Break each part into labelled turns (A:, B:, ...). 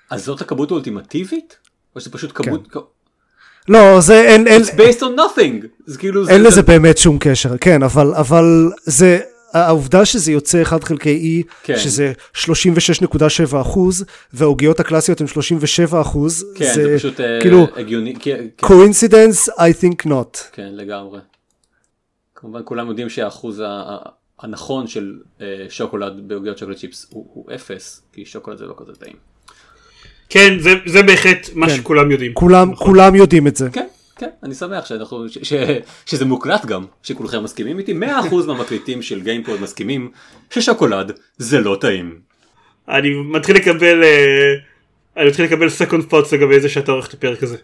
A: אז זאת הכמות האולטימטיבית? או שזה פשוט כמות...
B: לא, זה אין...
A: It's based on nothing. זה כאילו...
B: אין לזה באמת שום קשר, כן, אבל זה... העובדה שזה יוצא 1 חלקי E, שזה 36.7%, והעוגיות הקלאסיות הן 37%,
A: כן, זה פשוט
B: כאילו, coincidence, I think not.
A: כן, לגמרי. כמובן, כולם יודעים שהאחוז הנכון של שוקולד בעוגיות שוקולד צ'יפס הוא 0, כי שוקולד זה לא כזה טעים.
C: כן, זה בהחלט מה שכולם יודעים.
B: כולם יודעים את זה.
A: כן. כן, אני שמח שזה מוקלט גם, שכולכם מסכימים איתי. 100% מהמקליטים של גיימפוד מסכימים ששוקולד זה לא טעים.
C: אני מתחיל לקבל second thoughts לגבי איזה שאתה עורך את הפרק הזה.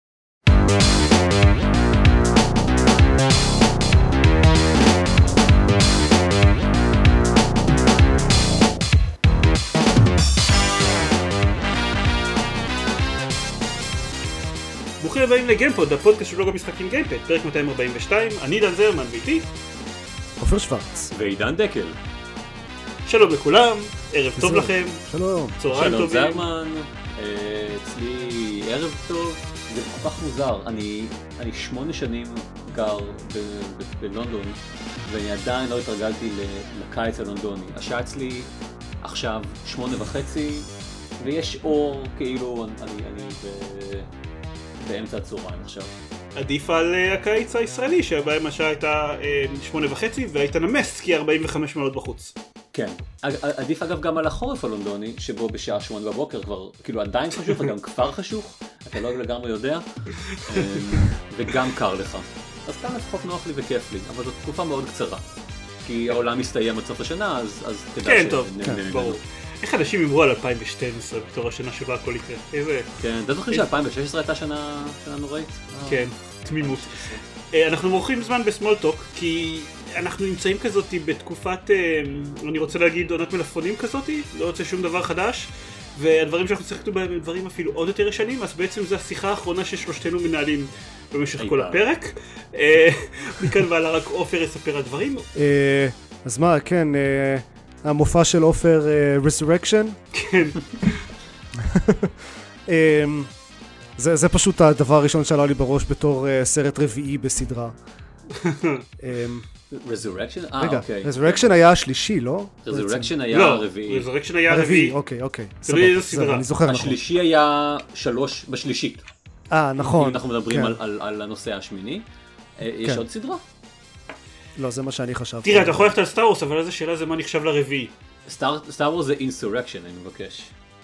C: ברוכים הבאים לגיימפוד, הפודקאסט של בלוג המשחקים גיימפד, פרק 242, אני דן זרמן ואיתי
B: עופר שוורץ
A: ועידן דקל.
C: שלום לכולם, ערב טוב לכם.
B: שלום.
C: צהריים טובים.
A: שלום זרמן, אצלי ערב טוב. זה כל כך מוזר, אני 8 שנים גר בלונדון ואני עדיין לא התרגלתי לקיץ הלונדוני. השעה אצלי עכשיו 8:30 ויש אור, כאילו אני באמצע הצהריים עכשיו. עדיף
C: על הקיץ הישראלי שבהם השעה הייתה 8:30 והיית נמס כי 45 מעלות בחוץ.
A: כן, עדיף אגב גם על החורף הלונדוני שבו בשעה 8 בבוקר כבר כאילו עדיין חשוך וגם כבר חשוך, אתה לא לגמרי יודע, וגם קר לך. אז כאן לפחות נוח לי וכיף לי, אבל זאת תקופה מאוד קצרה כי העולם מסתיים עד סוף השנה, אז כדאי
C: כן, טוב, ברור. איך אנשים אמרו על 2012 בתור השנה שבה הכל יקרה? איזה...
A: כן, אתה זוכר ש-2016 הייתה שנה נוראית?
C: כן, תמימות. אנחנו מורחים זמן בסמולטוק, כי אנחנו נמצאים כזאת בתקופת, אני רוצה להגיד, עונת מלפונים כזאת, לא רוצה שום דבר חדש, והדברים שאנחנו צריכים בהם הם דברים אפילו עוד יותר ישנים, אז בעצם זו השיחה האחרונה ששלושתנו מנהלים במשך כל הפרק. מכאן ועלה רק עופר יספר על דברים.
B: אז מה, כן... המופע של אופר Resurrection.
C: כן.
B: זה פשוט הדבר הראשון שעלה לי בראש בתור סרט רביעי בסדרה.
A: Resurrection?
B: רגע,
A: אוקיי.
B: Resurrection היה השלישי, לא?
A: Resurrection היה הרביעי.
C: לא, Resurrection היה הרביעי.
B: אוקיי.
C: תלוי איזה סדרה.
B: אני זוכר נכון.
A: השלישי היה 3 בשלישית.
B: נכון.
A: אם אנחנו מדברים על הנושא השמיני. יש עוד סדרה?
B: לא, זה מה שאני חשבתי.
C: תראה, אתה יכול ללכת על סטאר וורס, אבל איזה שאלה זה מה נחשב לרביעי.
A: סטאר וורס זה Insurrection, אני מבקש.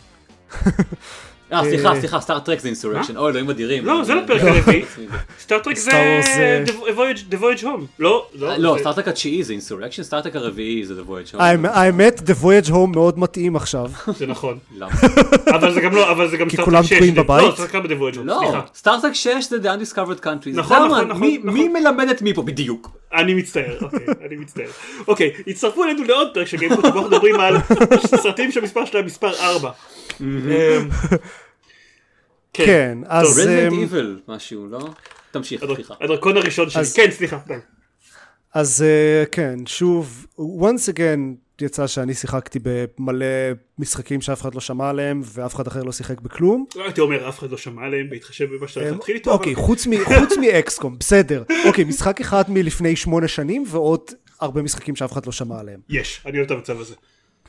A: סליחה, סטאר טרק זה Insurrection. אוי, אלוהים אדירים.
C: לא, זה לא פרק הרביעי. סטאר טרק זה The Voyage Home.
A: לא, סטאר טרק התשיעי זה Insurrection, סטאר טרק הרביעי זה The Voyage Home.
B: האמת, The Voyage Home מאוד מתאים עכשיו.
C: זה נכון.
A: למה?
C: אבל זה גם
B: כי כולם תקועים בבית?
C: לא, סטאר טרק ב-The Voyage Home, סליחה.
A: סטאר טרק 6 זה The Undiscovered Country.
C: נכון.
A: מי מלמד את מי פה בדיוק?
C: אני מצטער. אוקיי, הצטרפו אלינו לעוד פרק של גיימפוד שבו אנחנו מדברים על סרטים שהמספר שלהם מספר 4.
B: כן, אז...
A: Resident Evil משהו, לא? תמשיך, סליחה.
C: הדרקון הראשון שלי, כן, סליחה.
B: אז כן, שוב, once again יצא שאני שיחקתי במלא משחקים שאף אחד לא שמע עליהם, ואף אחד אחר לא שיחק בכלום.
C: לא הייתי אומר, אף אחד לא שמע עליהם, בהתחשב במה שאתה תתחיל איתו.
B: אוקיי, חוץ מאקסקום, בסדר. אוקיי, משחק אחד מלפני 8 שנים, ועוד הרבה משחקים שאף אחד לא שמע עליהם.
C: יש, אני אוהב את המצב הזה.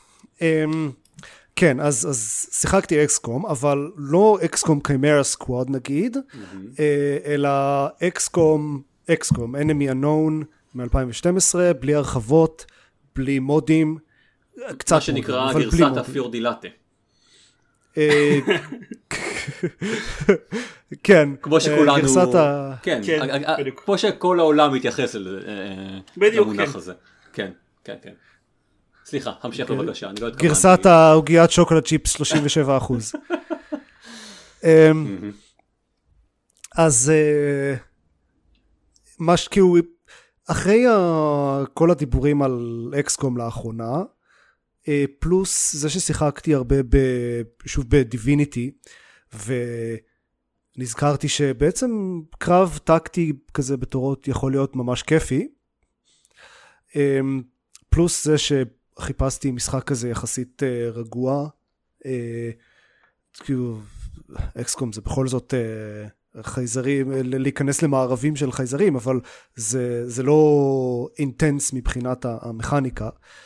B: כן, אז שיחקתי אקסקום, אבל לא אקסקום קיימרה סקוואד נגיד, אלא אקסקום, Enemy Unknown מ-2012, בלי הרחבות, בלי מודים, קצת
A: מה שנקרא גרסת הפיורדילטה.
B: כן,
A: כמו שכולנו,
B: גרסת
A: כן, כמו שכל העולם מתייחס למונח הזה. כן. סליחה, המשך בבקשה, אני לא התכוונתי.
B: גרסת העוגיית שוקולד צ'יפס 37%. אז כאילו, אחרי כל הדיבורים על אקסקום לאחרונה, פלוס זה ששיחקתי הרבה שוב בדיביניטי, ונזכרתי שבעצם קרב טקטי כזה בתורות יכול להיות ממש כיפי, פלוס זה חיפשתי משחק כזה יחסית רגוע, כאילו, אקסקום זה בכל זאת חייזרים, להיכנס למערבים של חייזרים, אבל זה לא אינטנס מבחינת המכניקה.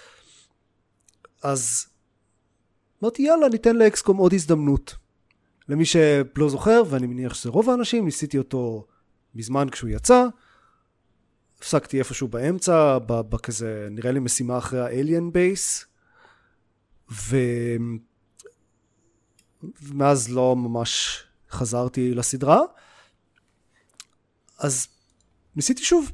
B: אז אמרתי, יאללה, ניתן לאקסקום עוד הזדמנות. למי שלא זוכר, ואני מניח שזה רוב האנשים, ניסיתי אותו מזמן כשהוא יצא, הפסקתי איפשהו באמצע, בכזה, נראה לי משימה אחרי האליאן בייס, ומאז לא ממש חזרתי לסדרה, אז ניסיתי שוב,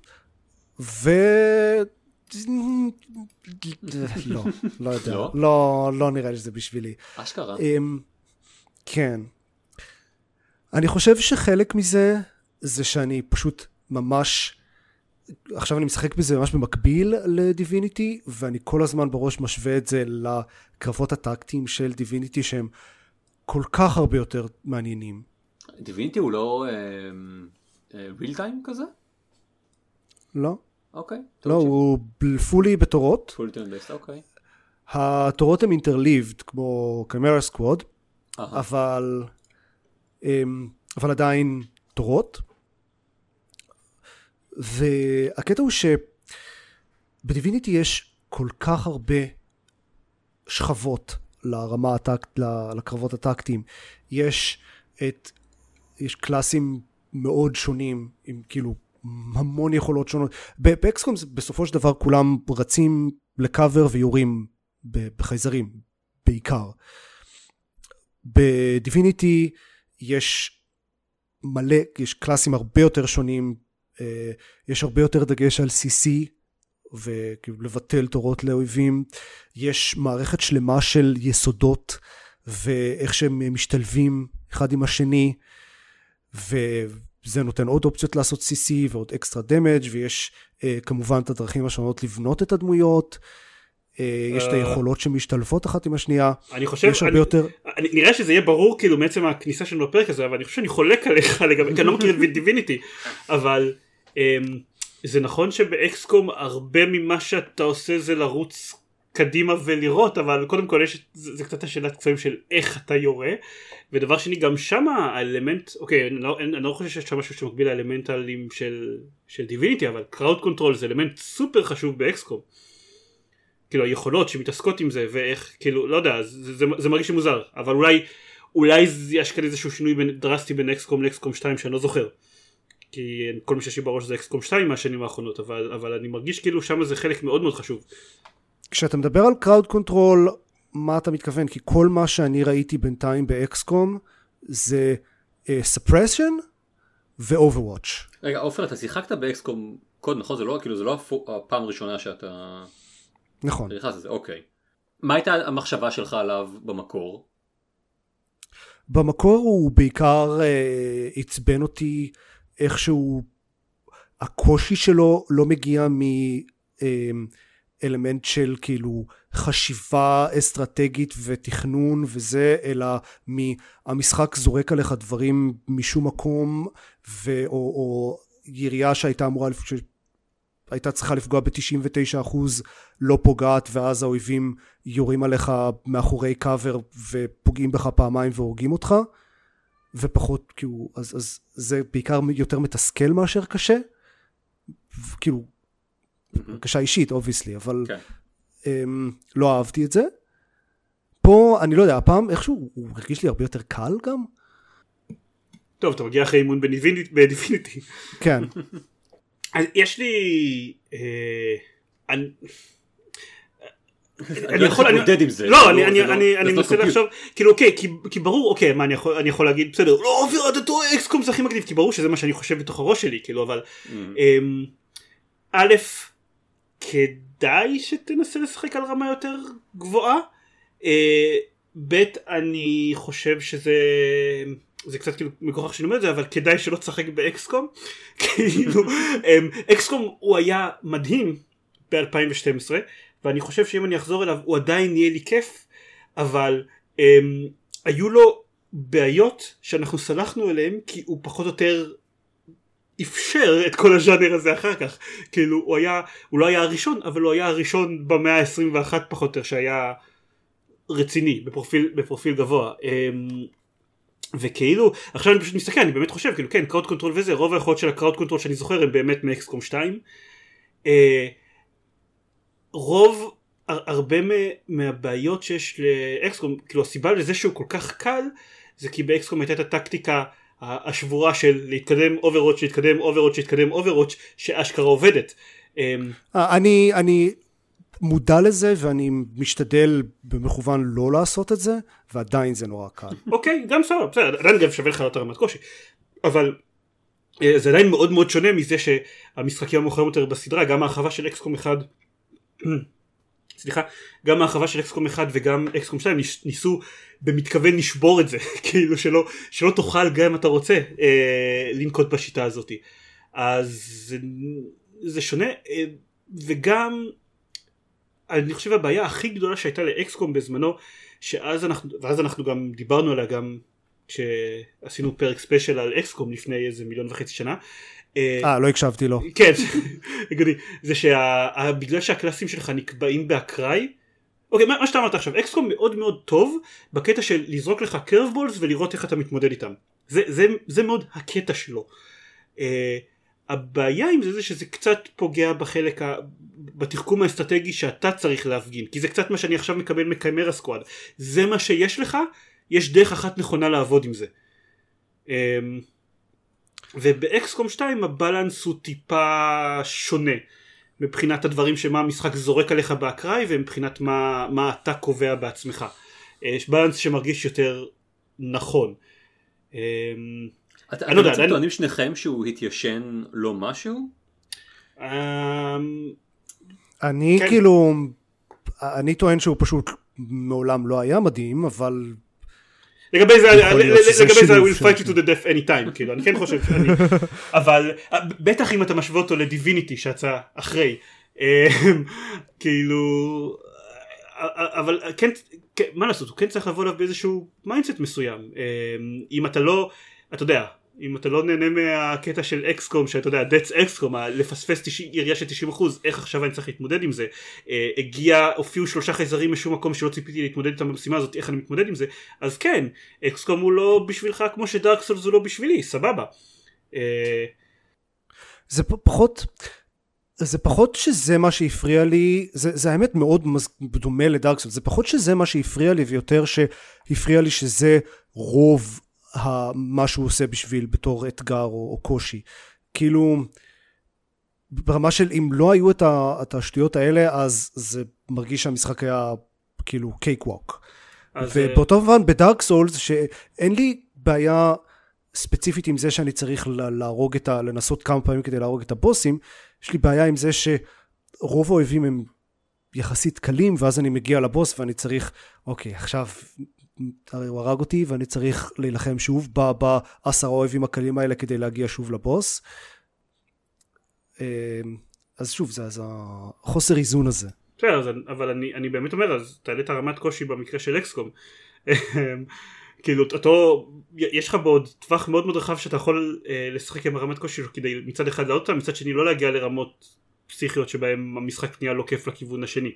B: לא יודע, לא נראה לי שזה בשבילי.
A: אשכרה.
B: כן. אני חושב שחלק מזה, זה שאני פשוט ממש, עכשיו אני משחק בזה ממש במקביל לדיביניטי, ואני כל הזמן בראש משווה את זה לקרבות הטקטיים של דיביניטי, שהם כל כך הרבה יותר מעניינים.
A: דיביניטי הוא לא real time כזה?
B: לא.
A: אוקיי.
B: לא, הוא פולי בתורות.
A: פולי turn-based, אוקיי.
B: התורות הן interleaved, כמו קיימרה סקוואד, אבל עדיין תורות. והקטע הוא שבדיביניטי יש כל כך הרבה שכבות לקרבות הטקטיים. יש קלאסים מאוד שונים, עם כאילו המון יכולות שונות. באקסקום בסופו של דבר כולם רצים לקאבר ויורים בחייזרים בעיקר. בדיביניטי יש קלאסים הרבה יותר שונים, יש הרבה יותר דגש על CC ולבטל תורות לאויבים, יש מערכת שלמה של יסודות ואיך שהם משתלבים אחד עם השני, וזה נותן עוד אופציות לעשות CC ועוד אקסטרה דמג', ויש כמובן את הדרכים השונות לבנות את הדמויות, יש את היכולות שמשתלבות אחת עם השנייה.
C: אני חושב, נראה שזה יהיה ברור כאילו מעצם הכניסה שלנו בפרק הזה, אבל אני חושב שאני חולק עליך לגבי, כי אני לא מכיר את דיביניטי, אבל זה נכון שבאקסקום הרבה ממה שאתה עושה זה לרוץ קדימה ולראות, אבל קודם כל זה קצת השאלת קצבים של איך אתה יורה, ודבר שני גם שם האלמנט, אוקיי, אני לא חושב שיש שם משהו שמקביל לאלמנטלים של דיביניטי, אבל קראוד קונטרול זה אלמנט סופר חשוב באקסקום. כאילו היכולות שמתעסקות עם זה ואיך, כאילו, לא יודע, זה מרגיש מוזר, אבל אולי יש כאן איזשהו שינוי דרסטי בין אקסקום לאקסקום 2 שאני לא זוכר, כי כל מי שיש לי בראש זה אקסקום 2 מהשנים האחרונות, אבל אני מרגיש כאילו שם זה חלק מאוד מאוד חשוב.
B: כשאתה מדבר על קראוד קונטרול, מה אתה מתכוון? כי כל מה שאני ראיתי בינתיים באקסקום זה suppression ו-overwatch.
A: רגע, אופר, אתה שיחקת באקסקום קוד, נכון? זה לא הפעם הראשונה שאתה...
B: נכון.
A: אוקיי. מה הייתה המחשבה שלך עליו במקור?
B: במקור הוא בעיקר עצבן אותי איכשהו, הקושי שלו לא מגיע מאלמנט של כאילו חשיבה אסטרטגית ותכנון וזה, אלא מהמשחק זורק עליך דברים משום מקום, או ירייה שהייתה אמורה הייתה צריכה לפגוע ב-99% לא פוגעת, ואז האויבים יורים עליך מאחורי קאבר ופוגעים בך פעמיים והורגים אותך, ופחות כאילו, אז זה בעיקר יותר מתסכל מאשר קשה, כאילו קשה אישית obviously, אבל לא אהבתי את זה. פה אני לא יודע, הפעם איכשהו הוא הרגיש לי הרבה יותר קל גם.
C: טוב, אתה מגיע אחרי אימון בדיביניטי.
B: כן.
C: אז יש לי
A: אני יכול להתמודד עם זה.
C: לא, אני מנסה לחשוב, כאילו אוקיי, כי ברור, אוקיי, מה אני יכול להגיד, בסדר, לא עובר, אתה טועה, אקסקום זה הכי מגניב, כי ברור שזה מה שאני חושב בתוך הראש שלי, כאילו, אבל א', כדאי שתנסה לשחק על רמה יותר גבוהה, ב', אני חושב שזה קצת כאילו מכוחך שאני אומר את זה, אבל כדאי שלא תשחק באקסקום, כאילו, אקסקום הוא היה מדהים ב-2012, ואני חושב שאם אני אחזור אליו הוא עדיין יהיה לי כיף, אבל היו לו בעיות שאנחנו סלחנו אליהם, כי הוא פחות או יותר אפשר את כל הז'אנר הזה אחר כך, כאילו הוא לא היה הראשון, אבל הוא היה הראשון במאה ה-21 פחות או יותר, שהיה רציני, בפרופיל גבוה. וכאילו, עכשיו אני פשוט מסתכל, אני באמת חושב, כאילו כן, קראוד קונטרול וזה, רוב היכולות של הקראוד קונטרול שאני זוכר הם באמת מאקסקום 2. רוב, הרבה מהבעיות שיש לאקסקום, כאילו הסיבה לזה שהוא כל כך קל, זה כי באקסקום הייתה את הטקטיקה השבורה של להתקדם אוברוואץ', להתקדם אוברוואץ', להתקדם אוברוואץ', שאשכרה עובדת.
B: אני מודע לזה ואני משתדל במכוון לא לעשות את זה, ועדיין זה נורא קל.
C: אוקיי, גם סבבה, בסדר, עדיין גם שווה לך יותר רמת קושי, אבל זה עדיין מאוד מאוד שונה מזה שהמשחקים המאוחרים יותר בסדרה, גם ההרחבה של אקסקום 1, סליחה, גם ההרחבה של אקסקום 1 וגם אקסקום 2 ניסו במתכוון לשבור את זה, כאילו שלא תוכל גם אם אתה רוצה לנקוט בשיטה הזאת. אז זה שונה, וגם אני חושב הבעיה הכי גדולה שהייתה לאקסקום בזמנו, ואז אנחנו גם דיברנו עליה גם כשעשינו פרק ספיישל על אקסקום לפני איזה 1.5 מיליון שנה.
B: לא הקשבתי לו.
C: כן, זה שבגלל שהקלאסים שלך נקבעים באקראי, אוקיי, מה שאתה אמרת עכשיו, אקסקום מאוד מאוד טוב בקטע של לזרוק לך קרבבולס ולראות איך אתה מתמודד איתם. זה מאוד הקטע שלו. הבעיה עם זה שזה קצת פוגע בחלק, בתחכום האסטרטגי שאתה צריך להפגין, כי זה קצת מה שאני עכשיו מקבל מקיימרה סקואד. זה מה שיש לך, יש דרך אחת נכונה לעבוד עם זה. ובאקסקום 2 הבלנס הוא טיפה שונה, מבחינת הדברים שמה המשחק זורק עליך באקראי, ומבחינת מה אתה קובע בעצמך. יש בלנס שמרגיש יותר נכון.
A: אתם בעצם טוענים שניכם שהוא התיישן לא משהו?
B: אני טוען שהוא פשוט מעולם לא היה מדהים, אבל
C: לגבי זה I will fight you to the death anytime, כאילו, אני כן חושב אבל בטח אם אתה משווה אותו לדיביניטי שיצא אחרי, כאילו, אבל כן, מה לעשות, הוא כן צריך לבוא אליו באיזשהו מיינדסט מסוים. אם אתה לא, אתה יודע, אם אתה לא נהנה מהקטע של אקסקום, שאתה יודע, that's אקסקום, לפספס ירייה של 90%, איך עכשיו אני צריך להתמודד עם זה, הופיעו 3 חייזרים משום מקום שלא ציפיתי להתמודד איתם במשימה הזאת, איך אני מתמודד עם זה, אז כן, אקסקום הוא לא בשבילך כמו שדארק סולס הוא לא בשבילי, סבבה.
B: זה פחות שזה מה שהפריע לי, זה האמת מאוד דומה לדארק סולס, זה פחות שזה מה שהפריע לי, ויותר שהפריע לי שזה רוב מה שהוא עושה בשביל בתור אתגר או קושי. כאילו ברמה של אם לא היו את השטויות האלה, אז זה מרגיש שהמשחק היה כאילו קייק ווק. ובאותו מובן בדארק סולס שאין לי בעיה ספציפית עם זה שאני צריך לנסות כמה פעמים כדי להרוג את הבוסים, יש לי בעיה עם זה שרוב האויבים הם יחסית קלים, ואז אני מגיע לבוס ואני צריך, אוקיי, עכשיו הוא הרג אותי ואני צריך להילחם שוב ב10 האויבים הקלים האלה כדי להגיע שוב לבוס. אז שוב, זה החוסר איזון הזה.
C: אבל אני באמת אומר, אז תעלה את הרמת קושי במקרה של אקסקום. כאילו, יש לך בעוד טווח מאוד מאוד רחב שאתה יכול לשחק עם הרמת קושי כדי מצד אחד לעוד אותה, מצד שני לא להגיע לרמות פסיכיות שבהם המשחק נהיה לא כיף לכיוון השני.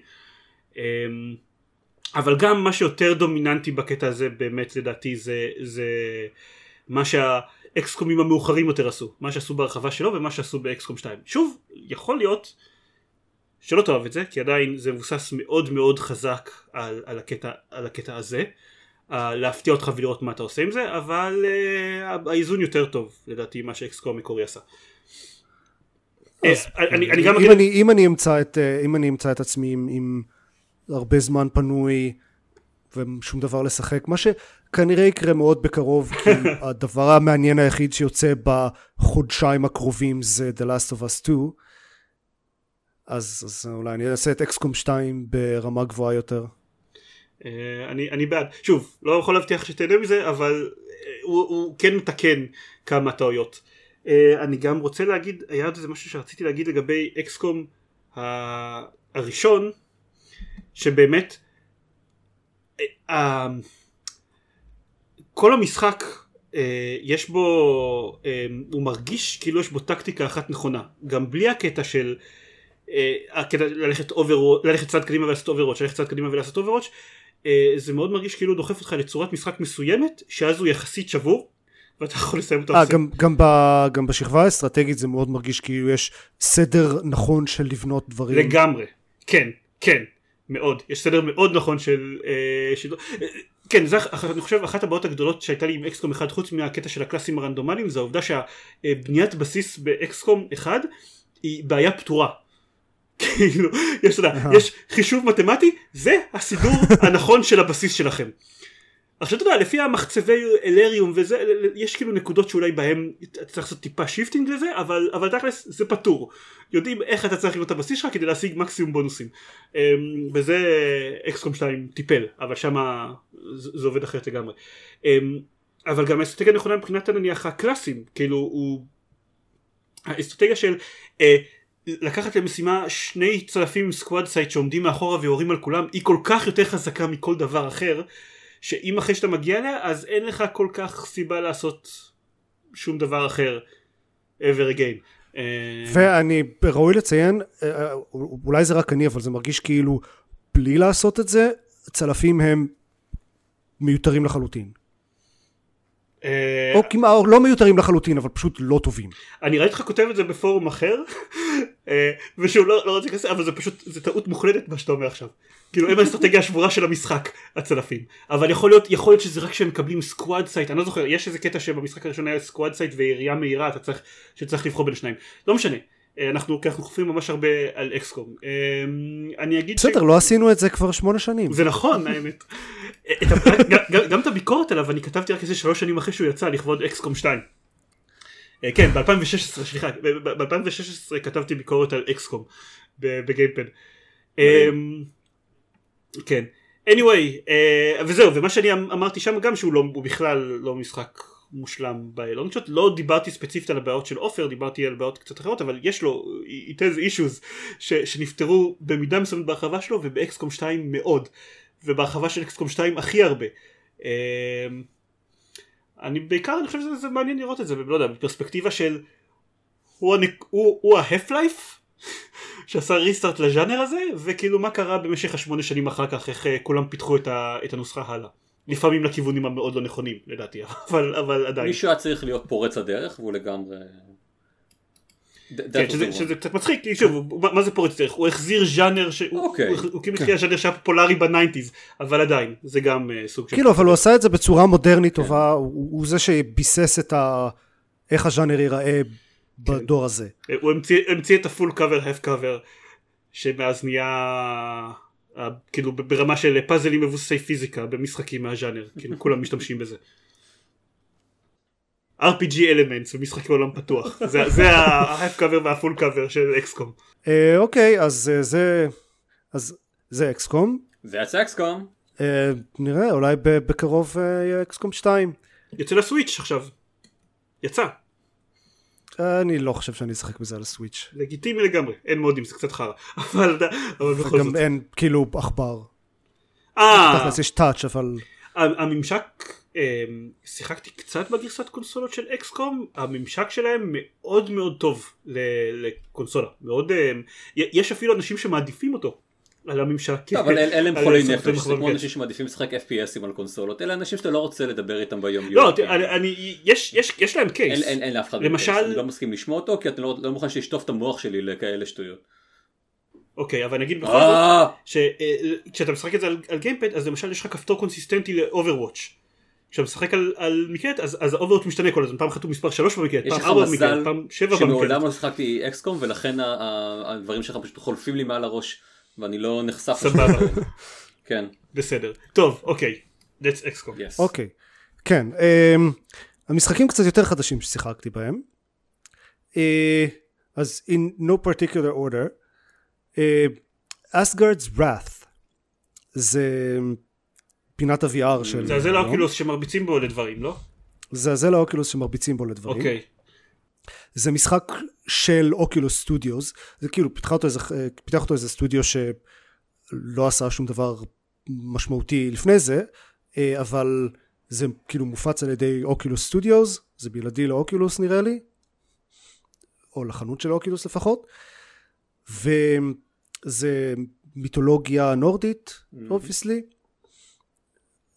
C: אבל גם מה שיותר דומיננטי בקטע הזה באמת לדעתי זה מה שהאקסקומים המאוחרים יותר עשו, מה שעשו בהרחבה שלו ומה שעשו באקסקום 2. שוב, יכול להיות שלא תאהב את זה, כי עדיין זה מבוסס מאוד מאוד חזק על הקטע הזה, להפתיע אותך ולראות מה אתה עושה עם זה, אבל האיזון יותר טוב לדעתי מה שאקסקום מקורי עשה.
B: אם אני אמצא את עצמי עם הרבה זמן פנוי ושום דבר לשחק, מה שכנראה יקרה מאוד בקרוב, כי הדבר המעניין היחיד שיוצא בחודשיים הקרובים זה The Last of Us 2, אז אולי אני אעשה את XCOM 2 ברמה גבוהה יותר.
C: אני בעד. שוב, לא יכול להבטיח שתהנה מזה, אבל הוא כן מתקן כמה טעויות. אני גם רוצה להגיד, היה עוד איזה משהו שרציתי להגיד לגבי XCOM הראשון, שבאמת כל המשחק יש בו, הוא מרגיש כאילו יש בו טקטיקה אחת נכונה, גם בלי הקטע של ללכת צעד קדימה ולעשות אוברוואץ', ללכת צעד קדימה ולעשות אוברוואץ', זה מאוד מרגיש כאילו דוחף אותך לצורת משחק מסוימת, שאז הוא יחסית שבור, ואתה יכול לסיים אותו.
B: גם בשכבה האסטרטגית זה מאוד מרגיש כאילו יש סדר נכון של לבנות דברים.
C: לגמרי, כן, מאוד. יש סדר מאוד נכון של... כן, אני חושב אחת הבעיות הגדולות שהייתה לי עם אקסקום 1 חוץ מהקטע של הקלאסים הרנדומליים, זה העובדה שהבניית בסיס באקסקום 1 היא בעיה פתורה. כאילו, יש חישוב מתמטי, זה הסידור הנכון של הבסיס שלכם. עכשיו אתה יודע, לפי המחצבי אלריום וזה, יש כאילו נקודות שאולי בהם צריך לעשות טיפה שיפטינג לזה, אבל תכלס זה פתור. יודעים איך אתה צריך לבנות את הבסיס שלך כדי להשיג מקסימום בונוסים. בזה אקסקום 2 טיפל, אבל שמה זה עובד אחרת לגמרי. אבל גם האסטרטגיה נכונה מבחינת נניח הקלאסים, כאילו האסטרטגיה של לקחת למשימה 2 צלפים עם סקוואד סייט שעומדים מאחורה ויורים על כולם, היא כל כך יותר חזקה מכל דבר אחר, שאם אחרי שאתה מגיע אליה, אז אין לך כל כך סיבה לעשות שום דבר אחר ever again.
B: ואני ראוי לציין, אולי זה רק אני, אבל זה מרגיש כאילו בלי לעשות את זה, צלפים הם מיותרים לחלוטין. או כמעט לא מיותרים לחלוטין, אבל פשוט לא טובים.
C: אני ראיתי לך כותב את זה בפורום אחר, ושוב לא רוצה כסף, אבל זה פשוט, זה טעות מוחלטת מה שאתה אומר עכשיו. כאילו הם האסטרטגיה השבורה של המשחק, הצלפים. אבל יכול להיות שזה רק שהם מקבלים סקוואד סייט, אני לא זוכר, יש איזה קטע שבמשחק הראשון היה סקוואד סייט וירייה מהירה, שצריך לבחור בין שניים. לא משנה, אנחנו חופרים ממש הרבה על אקסקום. אני אגיד
B: בסדר, לא עשינו את זה כבר 8 שנים.
C: זה נכון, האמת. גם את הביקורת עליו, אני כתבתי רק איזה 3 שנים אחרי שהוא יצא לכבוד אקסקום 2. כן, ב-2016, סליחה, ב-2016 כתבתי ביקורת על אקסקום בגיימפד. כן. anyway, וזהו, ומה שאני אמרתי שם גם שהוא בכלל לא משחק מושלם באלונצ'ות, לא דיברתי ספציפית על הבעיות של אופר, דיברתי על בעיות קצת אחרות, אבל יש לו, it has issues שנפטרו במידה מסוימת בהרחבה שלו, ובאקסקום 2 מאוד, ובהרחבה של אקסקום 2 הכי הרבה. בעיקר אני חושב שזה מעניין לראות את זה, ולא יודע, בפרספקטיבה של הוא ה-Half-Life שעשה ריסטארט לז'אנר הזה, וכאילו מה קרה במשך 8 שנים אחר כך, איך כולם פיתחו את הנוסחה הלאה. לפעמים לכיוונים המאוד לא נכונים, לדעתי, אבל עדיין.
A: מישהו היה צריך להיות פורץ הדרך, והוא לגמרי...
C: כן, שזה קצת מצחיק, כי שוב, מה זה פורץ הדרך? הוא החזיר ז'אנר, הוא כאילו התחיל הז'אנר שהיה פופולרי ב-90s, אבל עדיין, זה גם סוג של...
B: כאילו, אבל הוא עשה את זה בצורה מודרנית טובה, הוא זה שביסס את איך הז'אנר ייראה בדור הזה.
C: הוא המציא את הפול קאבר, האף קאבר, שמאז נהיה... כאילו ברמה של פאזלים מבוססי פיזיקה במשחקים מהז'אנר, כאילו כולם משתמשים בזה. RPG elements במשחקי עולם פתוח, זה ה-half cover וה-full cover של אקסקום.
B: אוקיי, אז זה אקסקום.
A: זה יצא אקסקום.
B: נראה, אולי בקרוב יהיה אקסקום 2.
C: יוצא לסוויץ' עכשיו. יצא.
B: אני לא חושב שאני אשחק בזה על הסוויץ'.
C: לגיטימי לגמרי, אין מודים, זה קצת חרא. אבל בכל זאת.
B: וגם אין כאילו עכבר. תכלס יש טאץ' אבל...
C: הממשק, שיחקתי קצת בגרסת קונסולות של אקסקום, הממשק שלהם מאוד מאוד טוב לקונסולה. מאוד, יש אפילו אנשים שמעדיפים אותו. על הממשק.
A: אבל אלה הם חולי נפש, זה כמו אנשים שמעדיפים לשחק FPSים על קונסולות, אלה אנשים שאתה לא רוצה לדבר איתם ביום יום.
C: לא, יש להם קייס.
A: אין לאף אחד קייס, אני לא מסכים לשמוע אותו, כי אתה לא מוכן שישטוף את המוח שלי לכאלה שטויות.
C: אוקיי, אבל נגיד בכל זאת, כשאתה משחק את זה על גיימפד, אז למשל יש לך כפתור קונסיסטנטי ל-Overwatch. כשאתה משחק על מקלט, אז ה-Overwatch משתנה כל הזמן, פעם חתום מספר 3 במקלט, פעם 4 במקלט, פעם 7 במקלט.
A: שמעולם לא שחקתי אקסקום, ולכן הדברים שלך פשוט חולפים לי מעל הראש. ואני לא נחשף.
C: סבבה.
A: כן.
C: בסדר. טוב, אוקיי. That's XCOM.
B: אוקיי. כן. המשחקים קצת יותר חדשים ששיחקתי בהם. אז in no particular order, Asgard's Wrath זה פינת ה-VR של...
C: זה לאוקילוס שמרביצים בו לדברים, לא?
B: זה לאוקילוס שמרביצים בו לדברים.
C: אוקיי.
B: זה משחק של אוקילוס סטודיוס, זה כאילו פיתח אותו איזה סטודיו שלא עשה שום דבר משמעותי לפני זה, אבל זה כאילו מופץ על ידי אוקילוס סטודיוס, זה בלעדי לאוקילוס נראה לי, או לחנות של אוקילוס לפחות, וזה מיתולוגיה נורדית, obviously,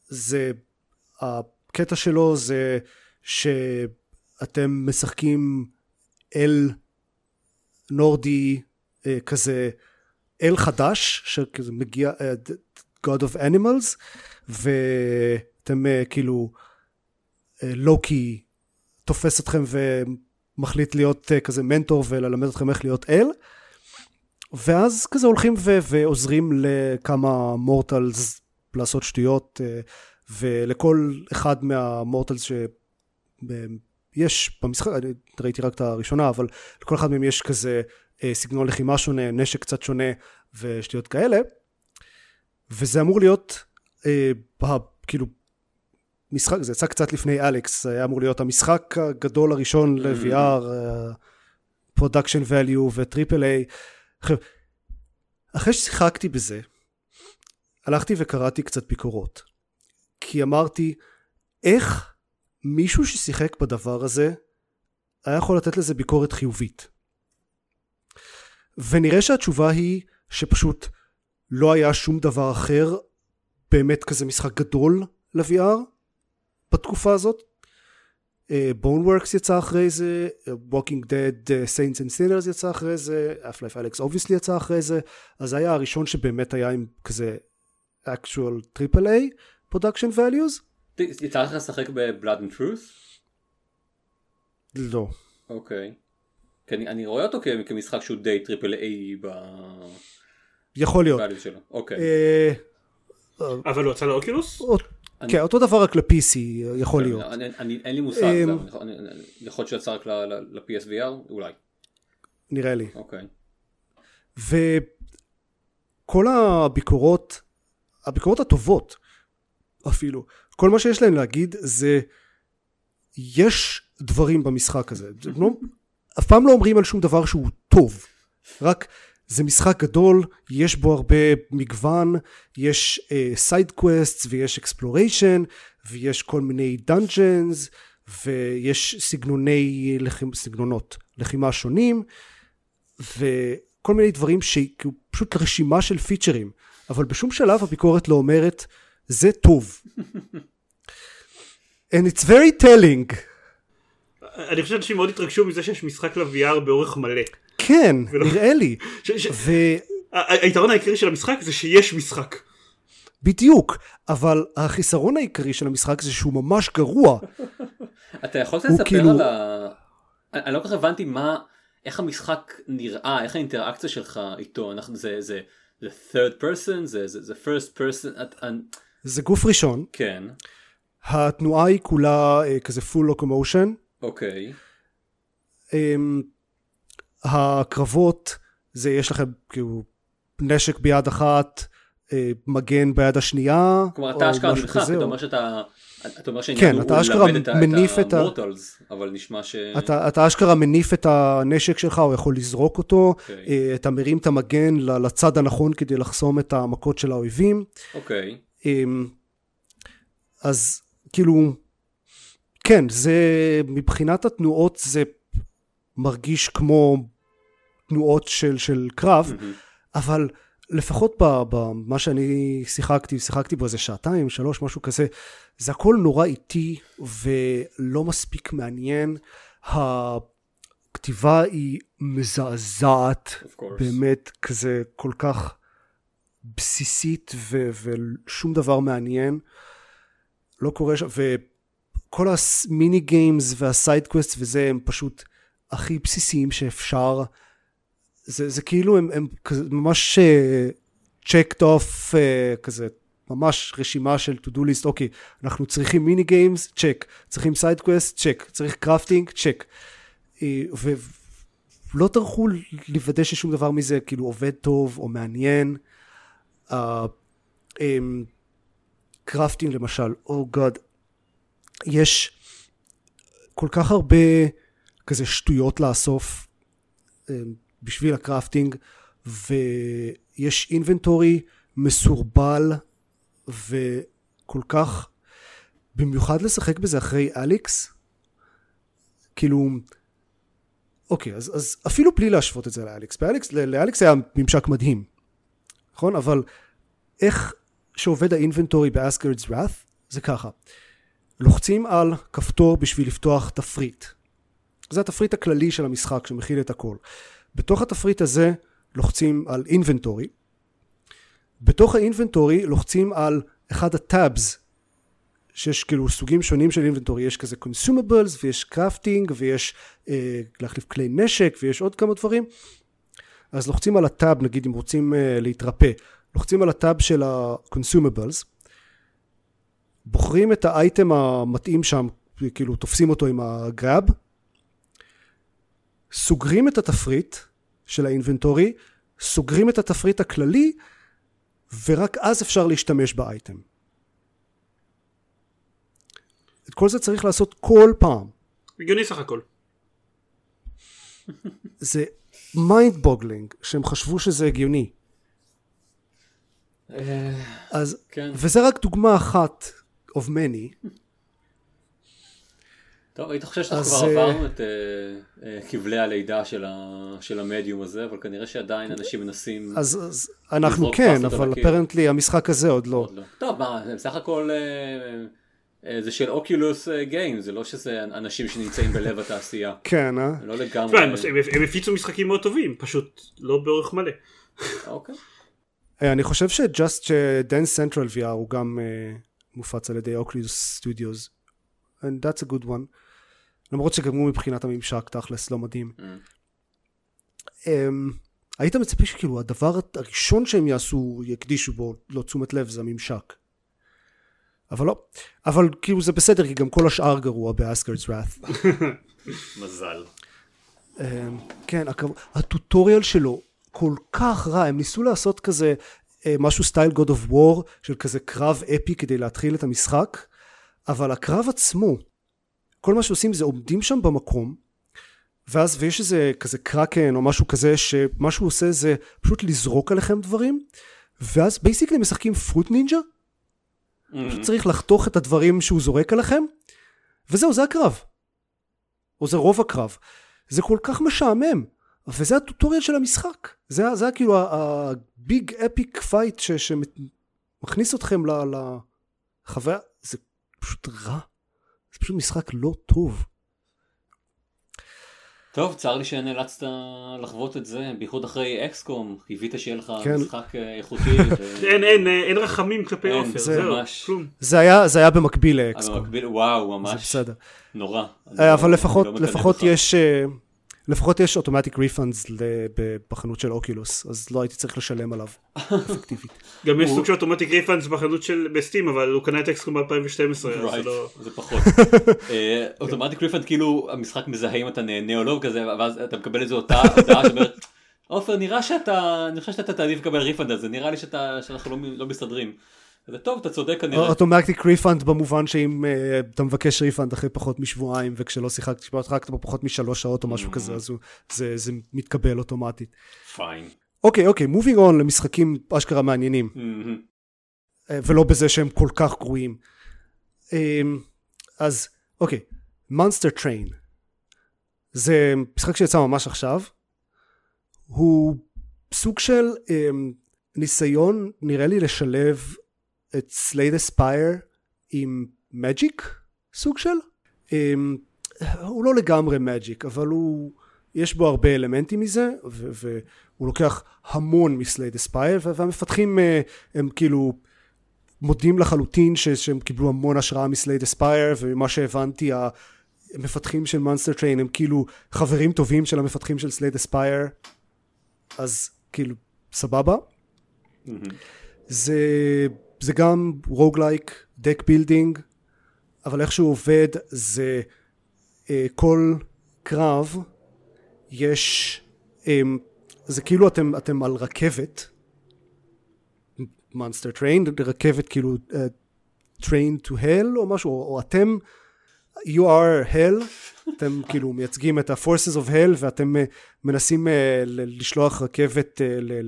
B: זה, הקטע שלו זה שאתם משחקים אל נורדי כזה, אל חדש, שכזה מגיע, God of Animals, ואתם כאילו, לוקי תופס אתכם ומחליט להיות כזה מנטור וללמד אתכם איך להיות אל, ואז כזה הולכים ועוזרים לכמה מורטלס לעשות שטויות, ולכל אחד מהמורטלס שיש במשחק, אני ראיתי רק את הראשונה, אבל לכל אחד מהם יש כזה סגנון לחימה שונה, נשק קצת שונה ושטויות כאלה, וזה אמור להיות כאילו משחק, זה יצא קצת לפני אלכס, זה היה אמור להיות המשחק הגדול הראשון ל-VR, Production Value ו-Triple A. אחרי ששיחקתי בזה, הלכתי וקראתי קצת ביקורות, כי אמרתי, איך מישהו ששיחק בדבר הזה, היה יכול לתת לזה ביקורת חיובית. ונראה שהתשובה היא, שפשוט לא היה שום דבר אחר, באמת כזה משחק גדול ל-VR, בתקופה הזאת. Boneworks יצא אחרי זה, Walking Dead, Saints and Sinners יצא אחרי זה, Half-Life Alyx Obviously יצא אחרי זה, אז היה הראשון שבאמת היה עם כזה actual AAA production values.
A: יצא לך לשחק ב-Blood and Truth?
B: לא.
A: אוקיי. כי אני רואה אותו כמשחק שהוא די AAA
B: יכול להיות.
A: אוקיי.
C: אבל הוא יצא לאוקילוס?
B: כן, אותו דבר רק ל-PC יכול להיות.
A: אין לי מושג, יכול להיות שיצא רק ל-PSVR? אולי.
B: נראה לי.
A: אוקיי.
B: וכל הביקורות הטובות אפילו, כל מה שיש להם להגיד זה, יש דברים במשחק הזה. אף פעם לא אומרים על שום דבר שהוא טוב, רק זה משחק גדול, יש בו הרבה מגוון, יש סייד קווסטס ויש אקספלוריישן, ויש כל מיני דאנג'נס, ויש סגנונות לחימה שונים, וכל מיני דברים שפשוט רשימה של פיצ'רים, אבל בשום שלב הביקורת לא אומרת, זה טוב. And it's very telling.
C: אני חושב שאנשים מאוד התרגשו מזה שיש משחק ל-VR באורך מלא.
B: כן, נראה לי.
C: היתרון העיקרי של המשחק זה שיש משחק.
B: בדיוק, אבל החיסרון העיקרי של המשחק זה שהוא ממש גרוע.
A: אתה יכול לספר על אני לא כל כך הבנתי איך המשחק נראה, איך האינטראקציה שלך איתו, זה third person, זה first person.
B: זה גוף ראשון.
A: כן.
B: התנועה היא כולה כזה full locomotion.
A: אוקיי.
B: הקרבות זה יש לכם כאילו נשק ביד אחת, מגן ביד השנייה.
A: כלומר אתה אשכרה נלחץ, אתה אומר שאתה אומר
B: כן, אתה אשכרה מניף את
A: המורטלס, אבל נשמע ש...
B: אתה אשכרה מניף את הנשק שלך, או יכול לזרוק אותו, אתה מרים את המגן לצד הנכון כדי לחסום את המכות של האויבים.
A: אוקיי.
B: אז כאילו, כן, זה מבחינת התנועות זה מרגיש כמו תנועות של קרב, אבל לפחות במה שאני שיחקתי בו איזה 2-3, משהו כזה, זה הכל נורא איטי ולא מספיק מעניין. הכתיבה היא מזעזעת, באמת כזה כל כך בסיסית ושום דבר מעניין לא קורה שם, וכל המיני גיימס והסייד קווסט וזה הם פשוט הכי בסיסיים שאפשר. זה כאילו הם ממש checked off כזה, ממש רשימה של to do list, אוקיי, אנחנו צריכים מיני גיימס, צ'ק, צריכים סייד קווסט, צ'ק, צריך קראפטינג, צ'ק, ולא טרחו לוודא ששום דבר מזה כאילו עובד טוב או מעניין. קראפטינג למשל, גאד, יש כל כך הרבה כזה שטויות לאסוף בשביל הקראפטינג, ויש אינבנטורי מסורבל וכל כך, במיוחד לשחק בזה אחרי אליקס, כאילו, אוקיי, אז אפילו בלי להשוות את זה לאליקס, לאליקס היה ממשק מדהים, נכון? אבל איך שעובד האינבנטורי באסגרד's Wrath, זה ככה. לוחצים על כפתור בשביל לפתוח תפריט. זה התפריט הכללי של המשחק שמכיל את הכל. בתוך התפריט הזה לוחצים על inventory. בתוך האינבנטורי לוחצים על אחד הטאבס, שיש כאילו סוגים שונים של inventory. יש כזה consumables ויש crafting ויש להחליף כלי נשק ויש עוד כמה דברים. אז לוחצים על הטאב, נגיד אם רוצים להתרפא, לוחצים על הטאב של ה-consumables, בוחרים את האייטם המתאים שם, כאילו תופסים אותו עם הגרב, סוגרים את התפריט של האינבנטורי, סוגרים את התפריט הכללי, ורק אז אפשר להשתמש באייטם. את כל זה צריך לעשות כל פעם.
C: הגיוני סך הכל.
B: זה mind boggling, שהם חשבו שזה הגיוני. אז,
A: כן.
B: וזה רק דוגמה אחת of many.
A: טוב, היית חושב שאנחנו כבר עברנו את כבלי הלידה של המדיום הזה, אבל כנראה שעדיין אנשים מנסים...
B: אז אנחנו כן, אבל apparently המשחק הזה עוד לא.
A: טוב, מה, בסך הכל זה של אוקולוס גיים, זה לא שזה אנשים שנמצאים בלב התעשייה.
B: כן,
A: לא לגמרי.
C: הם הפיצו משחקים מאוד טובים, פשוט לא באורך מלא.
A: אוקיי.
B: אני חושב שדנס סנטרל VR הוא גם מופץ על ידי אוקולוס סטודיוס. And that's a good one. למרות שגם הוא מבחינת הממשק תכלס לא מדהים. היית מצפה שכאילו הדבר הראשון שהם יעשו, יקדישו בו לא תשומת לב, זה הממשק. אבל לא. אבל כאילו זה בסדר, כי גם כל השאר גרוע באסגרד's Wrath.
C: מזל.
B: כן, הטוטוריאל שלו כל כך רע. הם ניסו לעשות כזה משהו סטייל God of War, של כזה קרב אפי כדי להתחיל את המשחק. אבל הקרב עצמו, כל מה שעושים זה עומדים שם במקום, ויש איזה כזה קרקן או משהו כזה, שמה שהוא עושה זה פשוט לזרוק עליכם דברים, ואז בייסיקלי משחקים פרוט נינג'ה, פשוט צריך לחתוך את הדברים שהוא זורק עליכם, וזהו, זה הקרב. או זה רוב הקרב. זה כל כך משעמם, וזה הטוטוריאל של המשחק. זה כאילו הביג אפיק פייט שמכניס אתכם לחוויה. זה פשוט רע. זה פשוט משחק לא טוב.
A: טוב, צר לי שנאלצת לחוות את זה, בייחוד אחרי אקסקום, קיווית שיהיה לך משחק איכותי.
C: אין רחמים כלפי אופר,
A: זה ממש.
C: כלום.
B: זה היה במקביל לאקסקום.
A: וואו, ממש.
B: זה בסדר.
A: נורא.
B: אבל לפחות יש אוטומטיק ריפאנדס בחנות של אוקילוס, אז לא הייתי צריך לשלם עליו אפקטיבית.
C: גם יש סוג של אוטומטיק ריפאנדס בחנות של בסטים, אבל הוא קנה את אקסקום ב-2012.
A: זה פחות. אוטומטיק ריפאנד, כאילו המשחק מזהה אם אתה נהנה או לא כזה, ואז אתה מקבל איזו הודעה שאומרת, עופר, נראה שאתה תעדיף לקבל ריפאנד הזה, נראה לי שאנחנו לא מסתדרים. זה טוב, אתה צודק כנראה.
B: אוטומטיק ריפאנד במובן שאם אתה מבקש ריפאנד אחרי פחות משבועיים, וכשלא שיחקת רק פחות מ3 שעות או משהו כזה, אז זה מתקבל אוטומטית.
A: פיין.
B: אוקיי, moving on למשחקים אשכרה מעניינים. ולא בזה שהם כל כך גרועים. אז, אוקיי, Monster Train. זה משחק שיצא ממש עכשיו. הוא סוג של ניסיון, נראה לי, לשלב את Slay the Spire עם Magic, סוג של. הוא לא לגמרי Magic, אבל יש בו הרבה אלמנטים מזה, והוא לוקח המון מ-Slay the Spire, והמפתחים הם כאילו מודים לחלוטין שהם קיבלו המון השראה מ-Slay the Spire, וממה שהבנתי, המפתחים של Monster Train הם כאילו חברים טובים של המפתחים של Slay the Spire, אז כאילו סבבה. זה גם רוגלייק, דק בילדינג, אבל איך שהוא עובד זה כל קרב יש, זה כאילו אתם על רכבת, Monster Train, רכבת כאילו Train to Hell או משהו, או אתם, you are Hell, אתם כאילו מייצגים את ה-Forces of Hell, ואתם מנסים לשלוח רכבת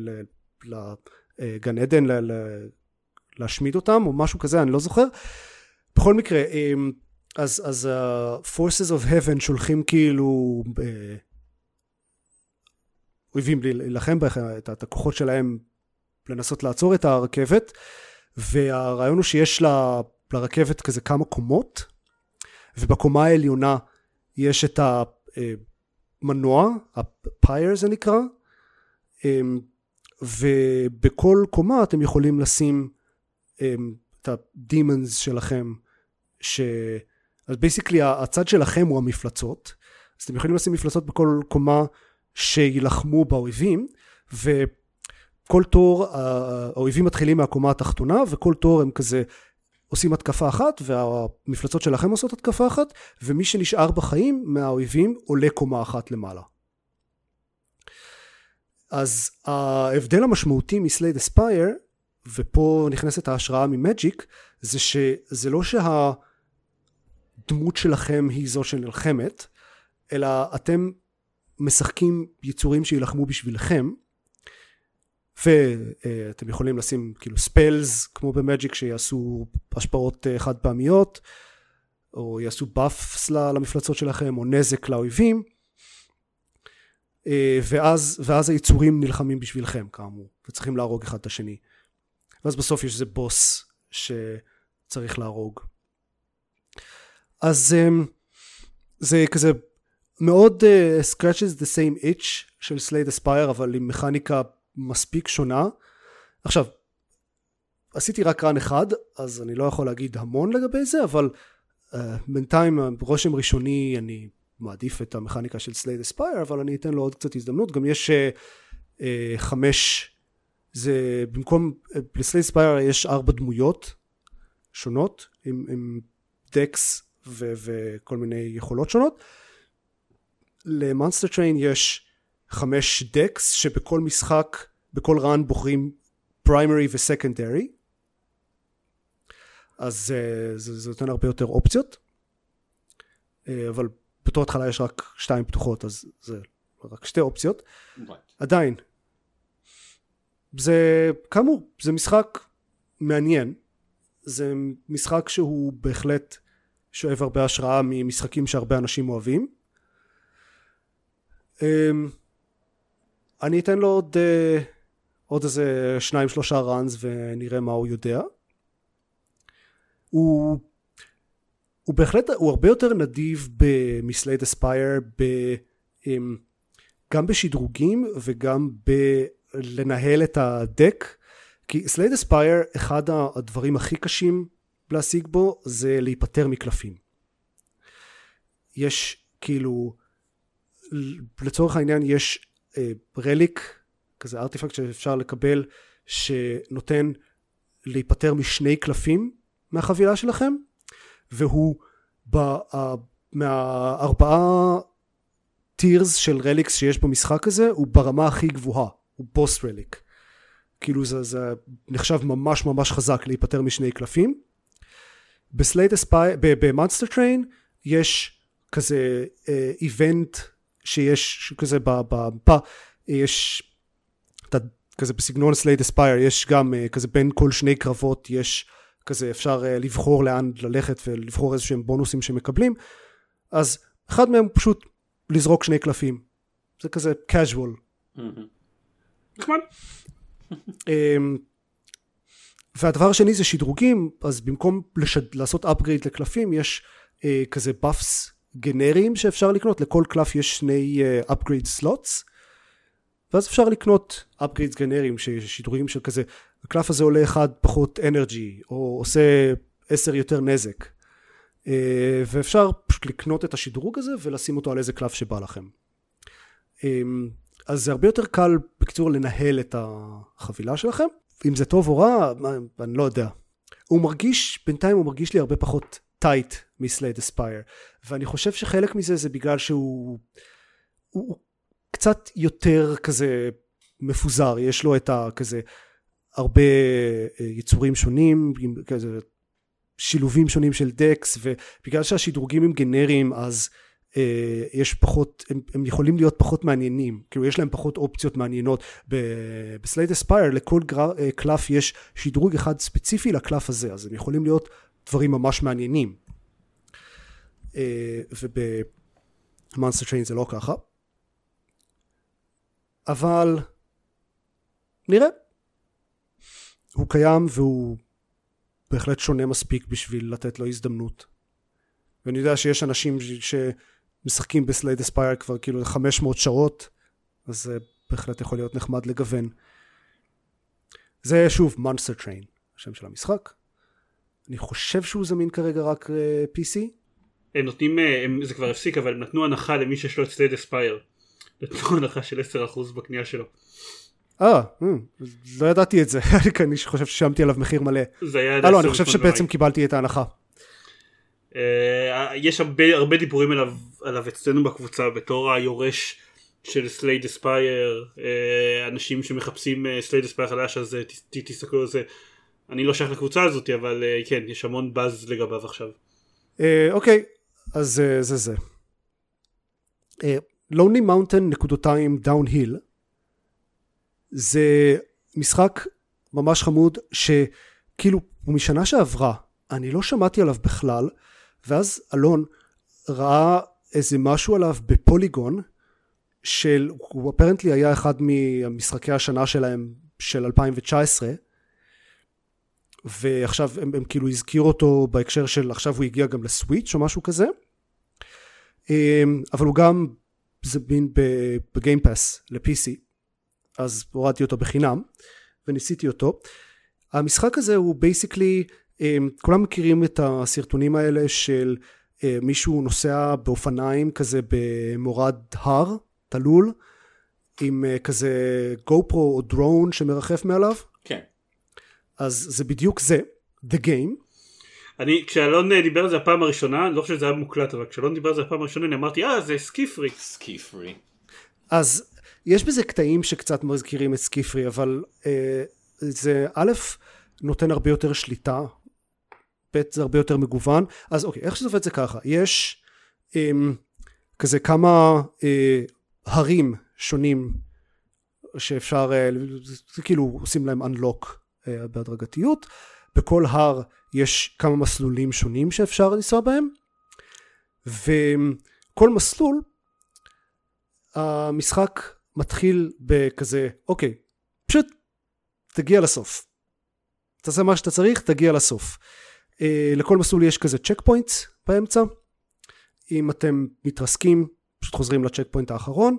B: לגן עדן, להשמיד אותם, או משהו כזה, אני לא זוכר. בכל מקרה, אז ה-Forces of Heaven שולחים כאילו אויבים להילחם את הכוחות שלהם לנסות לעצור את הרכבת, והרעיון הוא שיש לרכבת כזה כמה קומות, ובקומה העליונה יש את המנוע, הפייר זה נקרא, ובכל קומה אתם יכולים לשים את הדימונס שלכם, אז basically הצד שלכם הוא המפלצות, אז אתם יכולים לשים מפלצות בכל קומה שילחמו באויבים, וכל תור האויבים מתחילים מהקומה התחתונה, וכל תור הם כזה עושים התקפה אחת, והמפלצות שלכם עושות התקפה אחת, ומי שנשאר בחיים מהאויבים עולה קומה אחת למעלה. אז ההבדל המשמעותי מסלייד אספייר, ופה נכנסת ההשראה ממג'יק, זה שזה לא שהדמות שלכם היא זו שנלחמת, אלא אתם משחקים יצורים שילחמו בשבילכם, ואתם יכולים לשים כאילו ספלס כמו במג'יק שיעשו השפעות חד פעמיות, או יעשו באפס למפלצות שלכם, או נזק לאויבים, ואז היצורים נלחמים בשבילכם כאמור, וצריכים להרוג אחד את השני. ואז בסוף יש איזה בוס שצריך להרוג. אז זה כזה מאוד scratches the same itch של Slay the Spire, אבל עם מכניקה מספיק שונה. עכשיו, עשיתי רק רן אחד, אז אני לא יכול להגיד המון לגבי זה, אבל בינתיים ברושם ראשוני אני מעדיף את המכניקה של Slay the Spire, אבל אני אתן לו עוד קצת הזדמנות. גם יש 5, זה במקום, ל-Slay the Spire יש 4 דמויות שונות, עם דקס וכל מיני יכולות שונות. למונסטר טריין יש 5 דקס, שבכל משחק, בכל רן בוחרים פריימרי וסקנדרי, אז זה נותן הרבה יותר אופציות, אבל בתור התחלה יש רק 2 פתוחות, אז זה רק 2 אופציות. עדיין, זה כאמור, זה משחק מעניין, זה משחק שהוא בהחלט שואב הרבה השראה ממשחקים שהרבה אנשים אוהבים. אני אתן לו עוד איזה 2-3 ראנס ונראה מה הוא יודע. הוא בהחלט, הוא הרבה יותר נדיב מסלייד אספייר, גם בשדרוגים וגם בלנהל את הדק, כי סלייד אספייר, אחד הדברים הכי קשים להשיג בו זה להיפטר מקלפים. יש כאילו, לצורך העניין יש רליק, כזה ארטיפקט שאפשר לקבל, שנותן להיפטר משני קלפים מהחבילה שלכם, והוא מה4 טירס של רליקס שיש במשחק הזה, הוא ברמה הכי גבוהה, הוא בוס רליק. כאילו זה נחשב ממש ממש חזק להיפטר משני קלפים. בסלייד אספייר, במונסטר טריין, יש כזה איבנט שיש כזה במפה, יש כזה בסגנון סלייד אספייר, יש גם כזה בין כל 2 קרבות, יש כזה אפשר לבחור לאן ללכת ולבחור איזשהם בונוסים שמקבלים, אז אחד מהם פשוט לזרוק 2 קלפים, זה כזה casual.
C: נחמד.
B: והדבר השני זה שדרוגים, אז במקום לעשות upgrade לקלפים, יש כזה buffs גנריים שאפשר לקנות, לכל קלף יש 2 upgrade slots, ואז אפשר לקנות upgrades גנריים, שדרוגים של כזה, הקלף הזה עולה 1 פחות אנרגי, או עושה 10 יותר נזק, ואפשר פשוט לקנות את השדרוג הזה, ולשים אותו על איזה קלף שבא לכם. אז זה הרבה יותר קל, בקצור, לנהל את החבילה שלכם. אם זה טוב או רע, אני לא יודע. בינתיים הוא מרגיש לי הרבה פחות טייט מסלייד אספייר, ואני חושב שחלק מזה זה בגלל שהוא קצת יותר כזה מפוזר, יש לו את כזה הרבה יצורים שונים, כזה שילובים שונים של דקס, ובגלל שהשדרוגים הם גנריים, אז יש פחות, הם יכולים להיות פחות מעניינים, כאילו יש להם פחות אופציות מעניינות. בסלייד אספייר לכל קלף יש שדרוג אחד ספציפי לקלף הזה, אז הם יכולים להיות דברים ממש מעניינים, ובמונסטר טריין זה לא ככה, אבל נראה, הוא קיים והוא בהחלט שונה מספיק בשביל לתת לו הזדמנות. ואני יודע שיש אנשים שמשחקים בסלייד אספייר כבר כאילו 500 שעות, אז זה בהחלט יכול להיות נחמד לגוון. זה שוב Monster Train, השם של המשחק. אני חושב שהוא זמין כרגע רק PC.
C: הם נותנים, זה כבר הפסיק, אבל הם נתנו הנחה למי שיש לו את סלייד אספייר. נתנו הנחה של 10% בקנייה שלו.
B: לא ידעתי את זה. אני חושב ששמתי עליו מחיר מלא.
C: זה היה
B: לא, אני חושב שבעצם קיבלתי את ההנחה.
C: יש הרבה דיבורים עליו אצלנו בקבוצה בתור היורש של סלייד אספייר, אנשים שמחפשים סלייד אספייר חדש, אז תסתכלו על זה. אני לא שייך לקבוצה הזאת, אבל כן, יש המון באז לגביו עכשיו.
B: אוקיי, אז זה. Lonely Mountain Downhill זה משחק ממש חמוד שכאילו הוא משנה שעברה, אני לא שמעתי עליו בכלל, ואז אלון ראה איזה משהו עליו בפוליגון, הוא אפרנטלי היה אחד ממשחקי השנה שלהם של 2019, ועכשיו הם כאילו הזכירו אותו בהקשר של עכשיו הוא הגיע גם לסוויץ' או משהו כזה, אבל הוא גם זמין בגיימפאס ל-PC, אז הורדתי אותו בחינם וניסיתי אותו. המשחק הזה הוא בייסיקלי, כולם מכירים את הסרטונים האלה של מישהו נוסע באופניים כזה במורד הר תלול עם כזה גופרו או דרון שמרחף מעליו.
A: כן.
B: אז זה בדיוק זה, The Game.
C: כשאלון דיבר על זה הפעם הראשונה, אני לא חושב שזה היה מוקלט, אבל כשאלון דיבר על זה הפעם הראשונה, אני אמרתי, זה סקיפרי.
A: סקיפרי.
B: אז יש בזה קטעים שקצת מזכירים את סקיפרי, אבל זה א', נותן הרבה יותר שליטה, ב', זה הרבה יותר מגוון. אז אוקיי, איך שזה עובד זה ככה, יש כזה כמה הרים שונים שאפשר, כאילו עושים להם unlock בהדרגתיות, בכל הר יש כמה מסלולים שונים שאפשר לנסוע בהם, וכל מסלול המשחק מתחיל בכזה, אוקיי, פשוט תגיע לסוף, תעשה מה שאתה צריך, תגיע לסוף. לכל מסלול יש כזה צ'ק פוינטס באמצע, אם אתם מתרסקים פשוט חוזרים לצ'ק פוינט האחרון.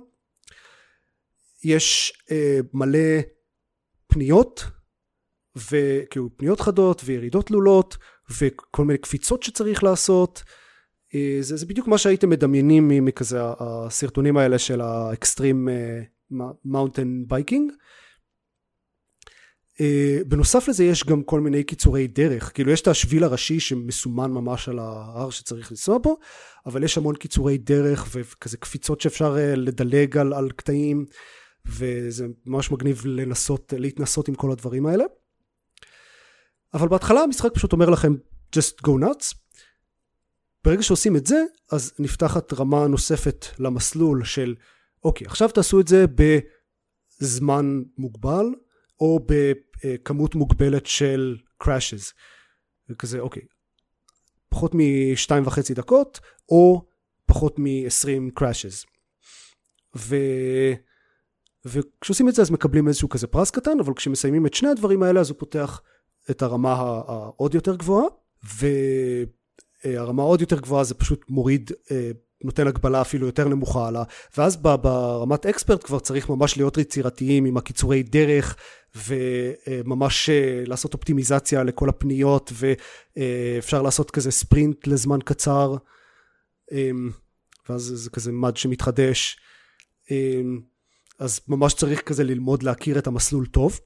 B: יש מלא פניות, וכאילו פניות חדות וירידות תלולות וכל מיני קפיצות שצריך לעשות. זה בדיוק מה שהייתם מדמיינים מכזה הסרטונים האלה של האקסטרים מאונטן בייקינג. בנוסף לזה יש גם כל מיני קיצורי דרך, כאילו יש את השביל הראשי שמסומן ממש על ההר שצריך לנסוע בו, אבל יש המון קיצורי דרך וכזה קפיצות שאפשר לדלג על קטעים, וזה ממש מגניב להתנסות עם כל הדברים האלה. אבל בהתחלה המשחק פשוט אומר לכם just go nuts. ברגע שעושים את זה, אז נפתחת רמה נוספת למסלול של אוקיי, עכשיו תעשו את זה בזמן מוגבל, או בכמות מוגבלת של crashes. וכזה אוקיי, פחות מ2.5 דקות, או פחות מ20 crashes. וכשעושים את זה אז מקבלים איזשהו כזה פרס קטן, אבל כשמסיימים את שני הדברים האלה, אז הוא פותח את הרמה העוד יותר גבוהה, והרמה העוד יותר גבוהה זה פשוט מוריד, נותן הגבלה אפילו יותר נמוכה עלה, ואז ברמת אקספרט כבר צריך ממש להיות יצירתיים עם הקיצורי דרך, וממש לעשות אופטימיזציה לכל הפניות, ואפשר לעשות כזה ספרינט לזמן קצר, ואז זה כזה מד שמתחדש, אז ממש צריך כזה ללמוד להכיר את המסלול טוב.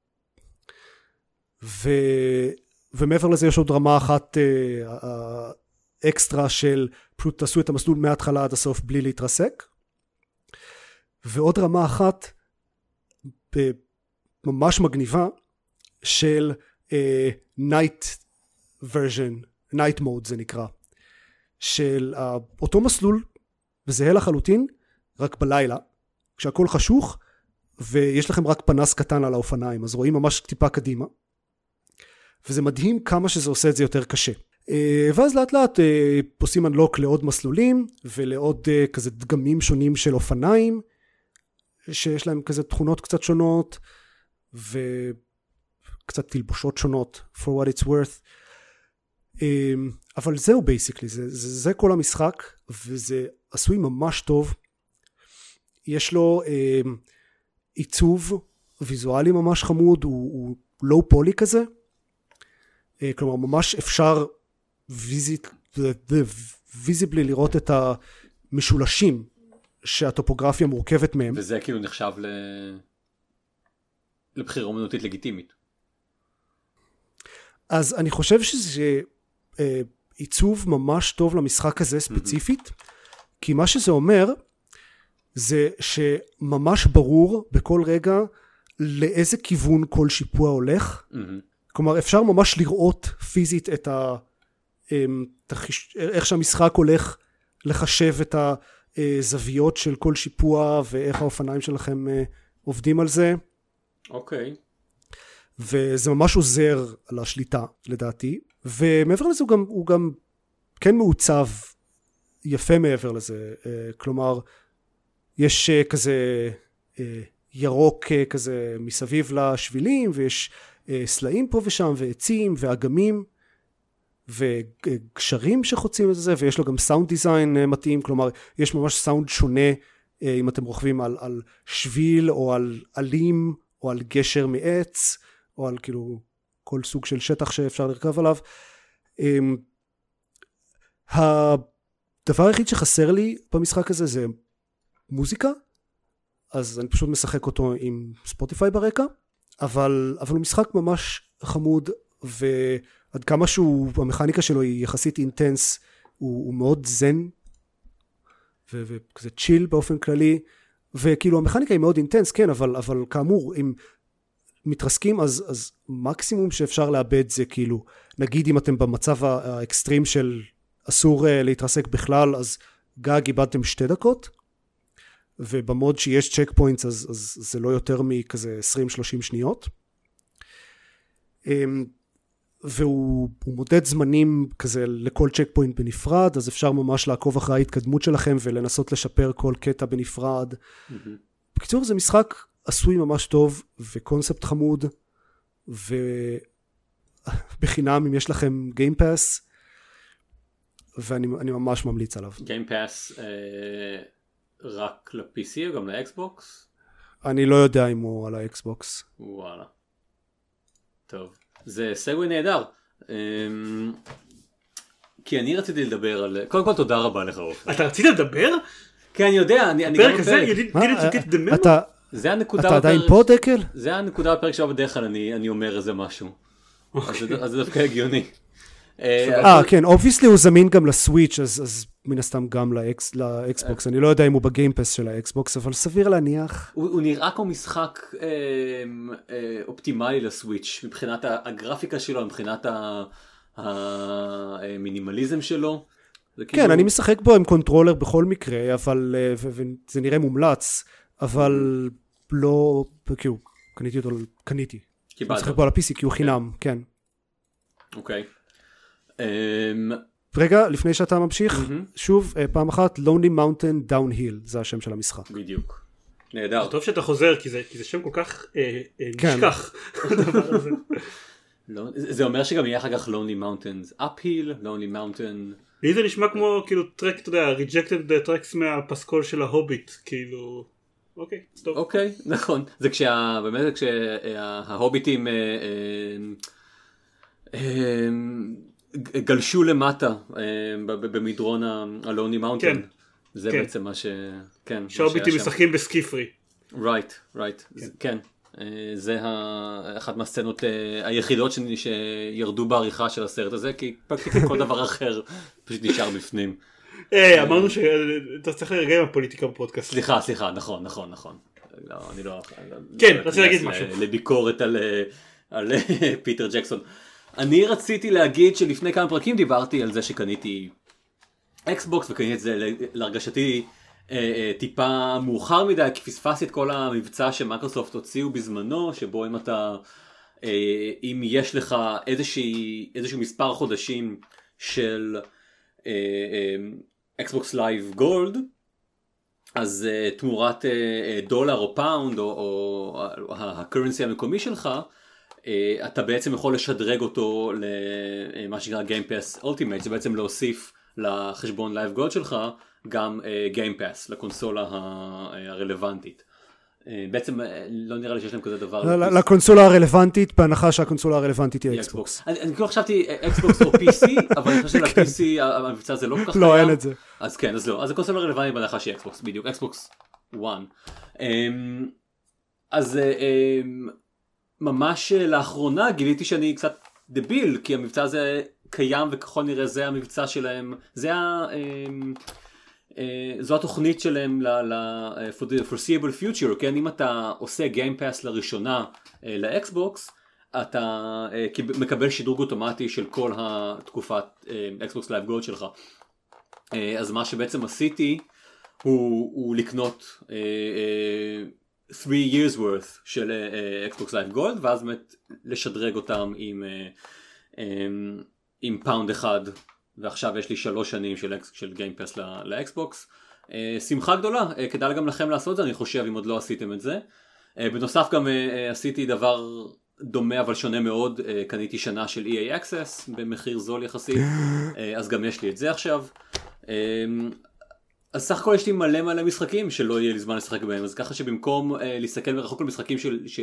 B: ומעבר לזה יש עוד רמה אחת אקסטרה של פשוט תעשו את המסלול מההתחלה עד הסוף בלי להתרסק, ועוד רמה אחת ממש מגניבה של night version, night mode זה נקרא, של אותו מסלול וזהה לחלוטין רק בלילה כשהכל חשוך ויש לכם רק פנס קטן על האופניים, אז רואים ממש טיפה קדימה, וזה מדהים כמה שזה עושה את זה יותר קשה. ואז לאט לאט עושים unlock לעוד מסלולים ולעוד כזה דגמים שונים של אופניים שיש להם כזה תכונות קצת שונות, קצת תלבושות שונות, for what it's worth. אבל זהו בייסיקלי, זה כל המשחק, וזה עשוי ממש טוב. יש לו עיצוב ויזואלי ממש חמוד, הוא לואו פולי כזה, כלומר ממש אפשר ויזיבלי לראות את המשולשים שהטופוגרפיה מורכבת מהם.
A: וזה כאילו נחשב לבחירה אומנותית לגיטימית. אז
B: אני חושב שזה עיצוב ממש טוב למשחק הזה ספציפית, כי מה שזה אומר זה שממש ברור בכל רגע לאיזה כיוון כל שיפוע הולך. כלומר אפשר ממש לראות פיזית את איך שהמשחק הולך לחשב את הזוויות של כל שיפוע ואיך האופניים שלכם עובדים על זה.
A: אוקיי.
B: וזה ממש עוזר על השליטה לדעתי, ומעבר לזה הוא גם כן מעוצב יפה מעבר לזה, כלומר יש כזה ירוק כזה מסביב לשבילים, ויש סלעים פה ושם ועצים ואגמים וגשרים שחוצים את זה, ויש לו גם סאונד דיזיין מתאים, כלומר יש ממש סאונד שונה אם אתם רוכבים על שביל או על עלים או על גשר מעץ או על כאילו כל סוג של שטח שאפשר לרכב עליו. הדבר היחיד שחסר לי במשחק הזה זה מוזיקה, אז אני פשוט משחק אותו עם ספוטיפיי ברקע, אבל הוא משחק ממש חמוד, ועד כמה המכניקה שלו היא יחסית אינטנס, הוא מאוד זן וכזה צ'יל באופן כללי, וכאילו המכניקה היא מאוד אינטנס, כן, אבל כאמור אם מתרסקים אז מקסימום שאפשר לאבד זה כאילו, נגיד אם אתם במצב האקסטרים של אסור להתרסק בכלל, אז גג איבדתם 2 דקות, ובמוד שיש צ'ק פוינטס אז זה לא יותר מכזה 20-30 שניות, והוא מודד זמנים כזה לכל צ'ק פוינט בנפרד, אז אפשר ממש לעקוב אחרי ההתקדמות שלכם ולנסות לשפר כל קטע בנפרד. בקיצור זה משחק עשוי ממש טוב וקונספט חמוד, ובחינם אם יש לכם גיימפאס, ואני ממש ממליץ עליו.
A: גיימפאס רק ל-PC או גם לאקסבוקס?
B: אני לא יודע אם הוא על האקסבוקס.
A: וואלה. טוב. זה סגווי נהדר. כי אני רציתי לדבר על... קודם כל תודה רבה לך אופן.
C: אתה רצית לדבר?
A: כן, אני יודע, אני גם
C: בפרק הזה,
A: זה הנקודה
B: אתה עדיין פה דקל?
A: זה הנקודה בפרק שבה בדרך כלל אני אומר איזה משהו. אז זה דווקא הגיוני.
B: כן, obviously הוא זמין גם לסוויץ', אז מן הסתם גם לאקסבוקס. אני לא יודע אם הוא בגיימפס של האקסבוקס, אבל סביר להניח.
A: הוא נראה כמו משחק אופטימלי לסוויץ', מבחינת הגרפיקה שלו, מבחינת המינימליזם שלו.
B: כן, אני משחק בו עם קונטרולר בכל מקרה, אבל זה נראה מומלץ, אבל לא, כאילו, קניתי. משחק בו על ה-PC כי הוא חינם, כן.
A: אוקיי.
B: רגע, לפני שאתה ממשיך, שוב, פעם אחת, Lonely Mountain Downhill, זה השם של המשחק.
A: בדיוק. נהדר.
C: טוב שאתה חוזר, כי זה שם כל כך נשכח.
A: זה אומר שגם יהיה אחר כך Lonely Mountains Uphill, Lonely Mountain...
C: לי זה נשמע כמו, כאילו, טרק, אתה יודע, Rejected Tracks מהפסקול של ההוביט, כאילו... אוקיי, טוב.
A: אוקיי, נכון. זה באמת כשההוביטים גלשו למטה במדרון ה-Lonely Mountain. זה בעצם מה ש...
C: שההוביטים משחקים בסקיפרי.
A: right, כן. זה אחת מהסצנות היחידות שירדו בעריכה של הסרט הזה, כי פרקטיקלי כל דבר אחר פשוט נשאר בפנים.
C: אמרנו שאתה צריך להרגע עם הפוליטיקה בפודקאסט.
A: סליחה, נכון. אני לא...
C: כן, רציתי להגיד משהו.
A: לביקורת על פיטר ג'קסון. אני רציתי להגיד שלפני כמה פרקים דיברתי על זה שקניתי אקסבוקס, וקניתי את זה להרגשתי טיפה מאוחר מדי, כי פספסתי את כל המבצע שמייקרוסופט הוציאו בזמנו, שבו אם יש לך איזשהו מספר חודשים של אקסבוקס לייב גולד, אז תמורת דולר או פאונד או הקרנסי המקומי שלך, אתה בעצם יכול לשדרג אותו למה שנקרא Game Pass Ultimate, זה בעצם להוסיף לחשבון Live Gold שלך גם Game Pass לקונסולה הרלוונטית. בעצם לא נראה לי שיש להם כזה דבר.
B: לקונסולה הרלוונטית, בהנחה שהקונסולה הרלוונטית היא אקסבוקס.
A: אני כאילו חשבתי אקסבוקס או PC, אבל אני חושב של-PC המבצע הזה לא כל כך קיים.
B: לא, אין את זה.
A: אז כן, אז לא. אז הקונסולה הרלוונטית בהנחה שהיא אקסבוקס, בדיוק, אקסבוקס 1. אז ממש לאחרונה גיליתי שאני קצת דביל, כי המבצע הזה קיים וככל נראה זה המבצע שלהם, זו התוכנית שלהם for the foreseeable future, כן? אם אתה עושה Game Pass לראשונה לאקסבוקס, אתה מקבל שדרוג אוטומטי של כל התקופת אקסבוקס Live Gold שלך. אז מה שבעצם עשיתי הוא לקנות 3 years worth של אקסבוקס Live Gold, ואז באמת לשדרג אותם עם פאונד אחד, ועכשיו יש לי 3 שנים של Game Pass לאקסבוקס. שמחה גדולה, כדאי גם לכם לעשות את זה, אני חושב, אם עוד לא עשיתם את זה. בנוסף גם עשיתי דבר דומה אבל שונה מאוד, קניתי שנה של EA Access במחיר זול יחסית, אז גם יש לי את זה עכשיו. אז סך הכל יש לי מלא משחקים שלא יהיה לי זמן לשחק בהם, אז ככה שבמקום להסתכל מרחוק על משחקים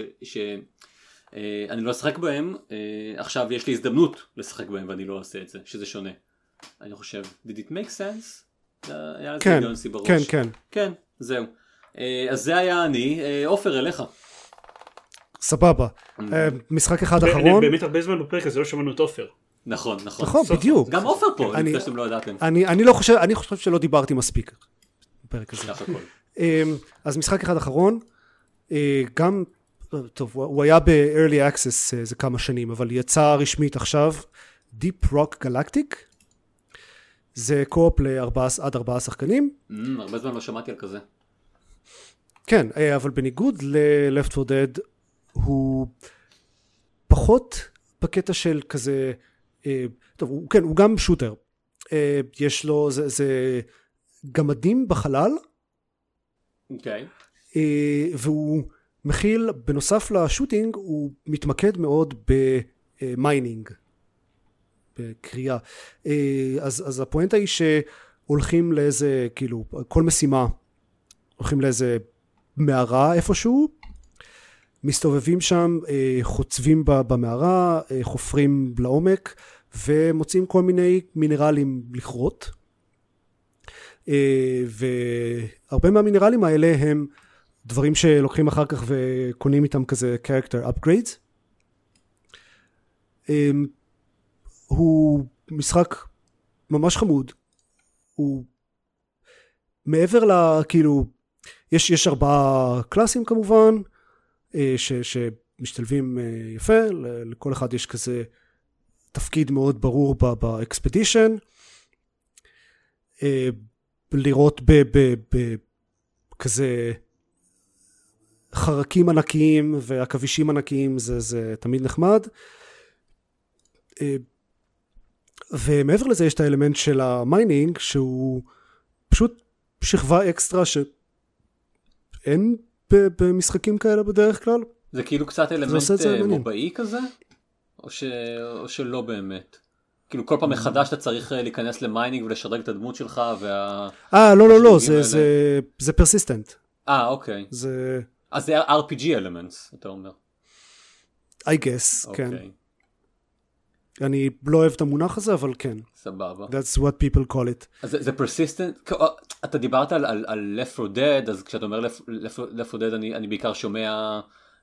A: שאני לא אשחק בהם, עכשיו יש לי הזדמנות לשחק בהם ואני לא אעשה את זה, שזה שונה. אני חושב, did it make sense? היה לזה היגיון בראש. כן, זהו. אז זה היה אני, עופר אליך.
B: סבבה. משחק אחד אחרון.
C: באמת הרבה זמן בפרק הזה לא שמענו את עופר.
A: נכון,
B: בדיוק.
A: גם עופר פה, אני חושב שאתם לא ידעתם.
B: אני חושב שלא דיברתי מספיק בפרק הזה. אז משחק אחד אחרון, גם, טוב, הוא היה ב-Early Access זה כמה שנים, אבל יצא רשמית עכשיו, Deep Rock Galactic, זה קו-אופ עד 4 שחקנים.
A: הרבה זמן לא שמעתי על כזה.
B: כן, אבל בניגוד ל-Left 4 Dead, הוא פחות בקטע של כזה, טוב, הוא גם שוטר. יש לו, זה גמדים בחלל.
A: אוקיי.
B: והוא מכיל, בנוסף לשוטינג, הוא מתמקד מאוד במיינינג. בקריאה. אז הפואנטה היא שהולכים לאיזה, כאילו, כל משימה, הולכים לאיזה מערה איפשהו, מסתובבים שם, חוצבים במערה, חופרים לעומק, ומוצאים כל מיני מינרלים לכרות. והרבה מהמינרלים האלה הם דברים שלוקחים אחר כך וקונים איתם כזה character upgrades. הוא משחק ממש חמוד. הוא מעבר כאילו, יש 4 קלאסים כמובן, שמשתלבים יפה, לכל אחד יש כזה תפקיד מאוד ברור באקספדישן, לראות בכזה חרקים ענקיים והכבישים ענקיים, זה תמיד נחמד. ומעבר לזה יש את האלמנט של המיינינג, שהוא פשוט שכבה אקסטרה שאין במשחקים כאלה בדרך כלל.
A: זה כאילו קצת אלמנט מובעי כזה? או שלא באמת? כאילו כל פעם מחדש אתה צריך להיכנס למיינינג ולשדרג את הדמות שלך
B: לא, זה פרסיסטנט.
A: אוקיי. אז זה RPG elements, אתה אומר.
B: I guess, כן. אני לא אוהב את המונח הזה, אבל כן.
A: סבבה.
B: That's what people call it.
A: אז זה persistent, אתה דיברת על Left 4 Dead, אז כשאתה אומר Left 4 Dead, אני בעיקר שומע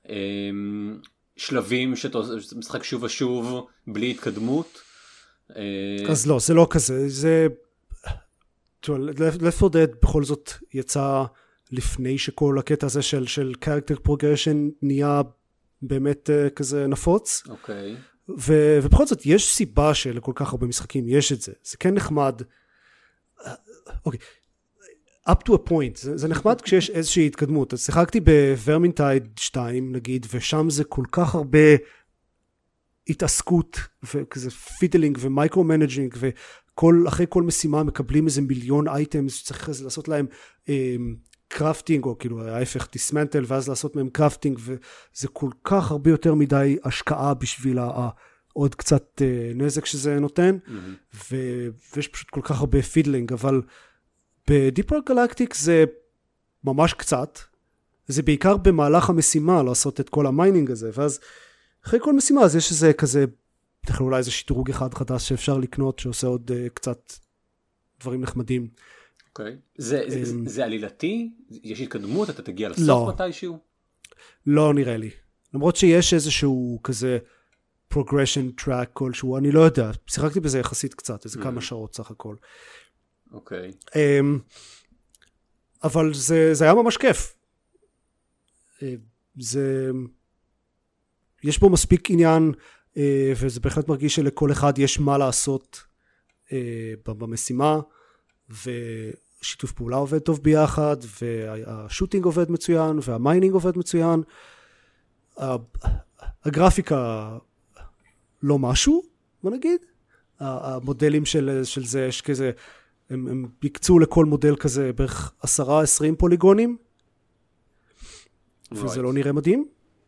A: שלבים שאתה משחק שוב ושוב, בלי התקדמות.
B: אז לא, זה לא כזה, זה... Left 4 Dead בכל זאת יצא לפני שכל הקטע הזה של character progression נהיה באמת כזה נפוץ.
A: אוקיי.
B: ובכל זאת יש סיבה שלכל כך הרבה משחקים יש את זה. זה כן נחמד. אוקיי. up to a point. זה נחמד כשיש איזושהי התקדמות. אז שיחקתי בוורמינטייד 2 נגיד, ושם זה כל כך הרבה התעסקות וכזה פידלינג ומייקרו-מנג'ינג, ואחרי כל משימה מקבלים איזה מיליון אייטמס שצריך לעשות להם קראפטינג, או כאילו ההפך דיסמנטל, ואז לעשות מהם קראפטינג, וזה כל כך הרבה יותר מדי השקעה בשביל עוד קצת נזק שזה נותן, ויש פשוט כל כך הרבה פידלינג, אבל ב-Deep Rock Galactic זה ממש קצת, זה בעיקר במהלך המשימה לעשות את כל המיינינג הזה, ואז אחרי כל משימה אז יש איזה כזה, תכף אולי איזה שדרוג אחד חדש שאפשר לקנות, שעושה עוד קצת דברים נחמדים.
A: אוקיי. זה עלילתי? יש התקדמות? אתה תגיע לסוף מתישהו?
B: לא נראה לי. למרות שיש איזשהו כזה progression track כלשהו, אני לא יודע. שיחקתי בזה יחסית קצת, איזה כמה שעות סך הכל.
A: אוקיי.
B: אבל זה היה ממש כיף. יש בו מספיק עניין, וזה בהחלט מרגיש שלכל אחד יש מה לעשות במשימה, ושיתוף פעולה עובד טוב ביחד, והשוטינג עובד מצוין, והמיינינג עובד מצוין. הגרפיקה לא משהו, בוא נגיד. המודלים של זה, יש כזה, הם יקצו לכל מודל כזה בערך 10-20 פוליגונים, וזה לא נראה מדהים.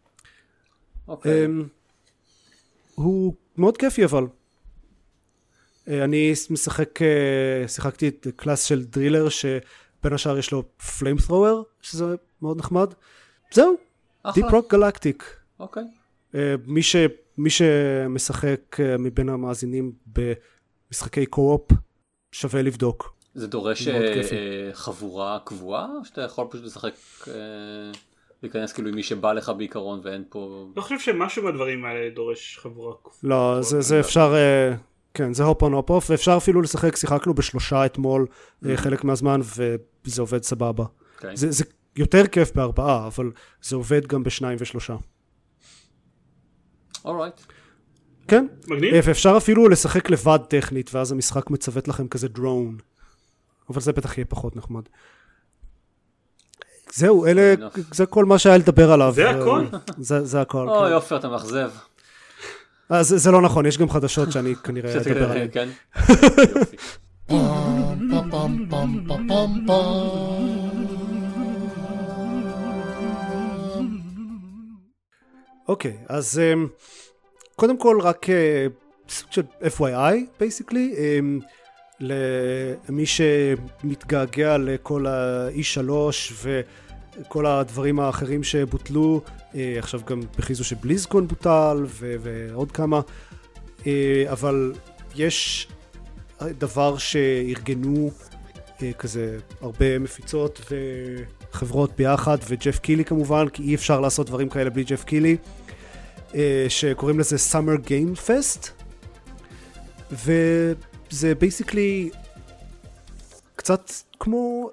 B: הוא מאוד כיפי אבל. אני שיחקתי את קלאס של דרילר שבין השאר יש לו פליימת'רוור, שזה מאוד נחמד. זהו, Deep Rock Galactic.
A: אוקיי.
B: מי שמשחק מבין המאזינים במשחקי קו-אופ שווה לבדוק.
A: זה דורש חבורה קבועה, או שאתה יכול פשוט לשחק, להיכנס כאילו עם מי שבא לך בעיקרון ואין פה...
C: לא חושב שמשהו מהדברים האלה דורש חבורה קבועה.
B: לא, זה אפשר, כן, זה הופ און הופ אוף, ואפשר אפילו לשחק, שיחקנו בשלושה אתמול חלק מהזמן, וזה עובד סבבה. זה יותר כיף בארבעה, אבל זה עובד גם בשניים ושלושה.
A: אורייט.
B: כן,
C: מגניב.
B: ואפשר אפילו לשחק לבד טכנית, ואז המשחק מצוות לכם כזה דרון. אבל זה בטח יהיה פחות נחמד. זהו, זה כל מה שהיה לדבר עליו.
C: זה הכל?
B: זה הכל.
A: אוי, יופי, אתה מאכזב.
B: זה לא נכון, יש גם חדשות שאני כנראה אדבר עליהן.
A: כן.
B: אוקיי, אז קודם כל רק סוג של FYI, basically, למי שמתגעגע לכל ה-E3 וכל הדברים האחרים שבוטלו, עכשיו גם בכריזו שבליזקון בוטל ועוד כמה, אבל יש דבר שארגנו כזה הרבה מפיצות וחברות ביחד, וג'ף קילי כמובן, כי אי אפשר לעשות דברים כאלה בלי ג'ף קילי, שקוראים לזה Summer Game Fest, וזה basically קצת כמו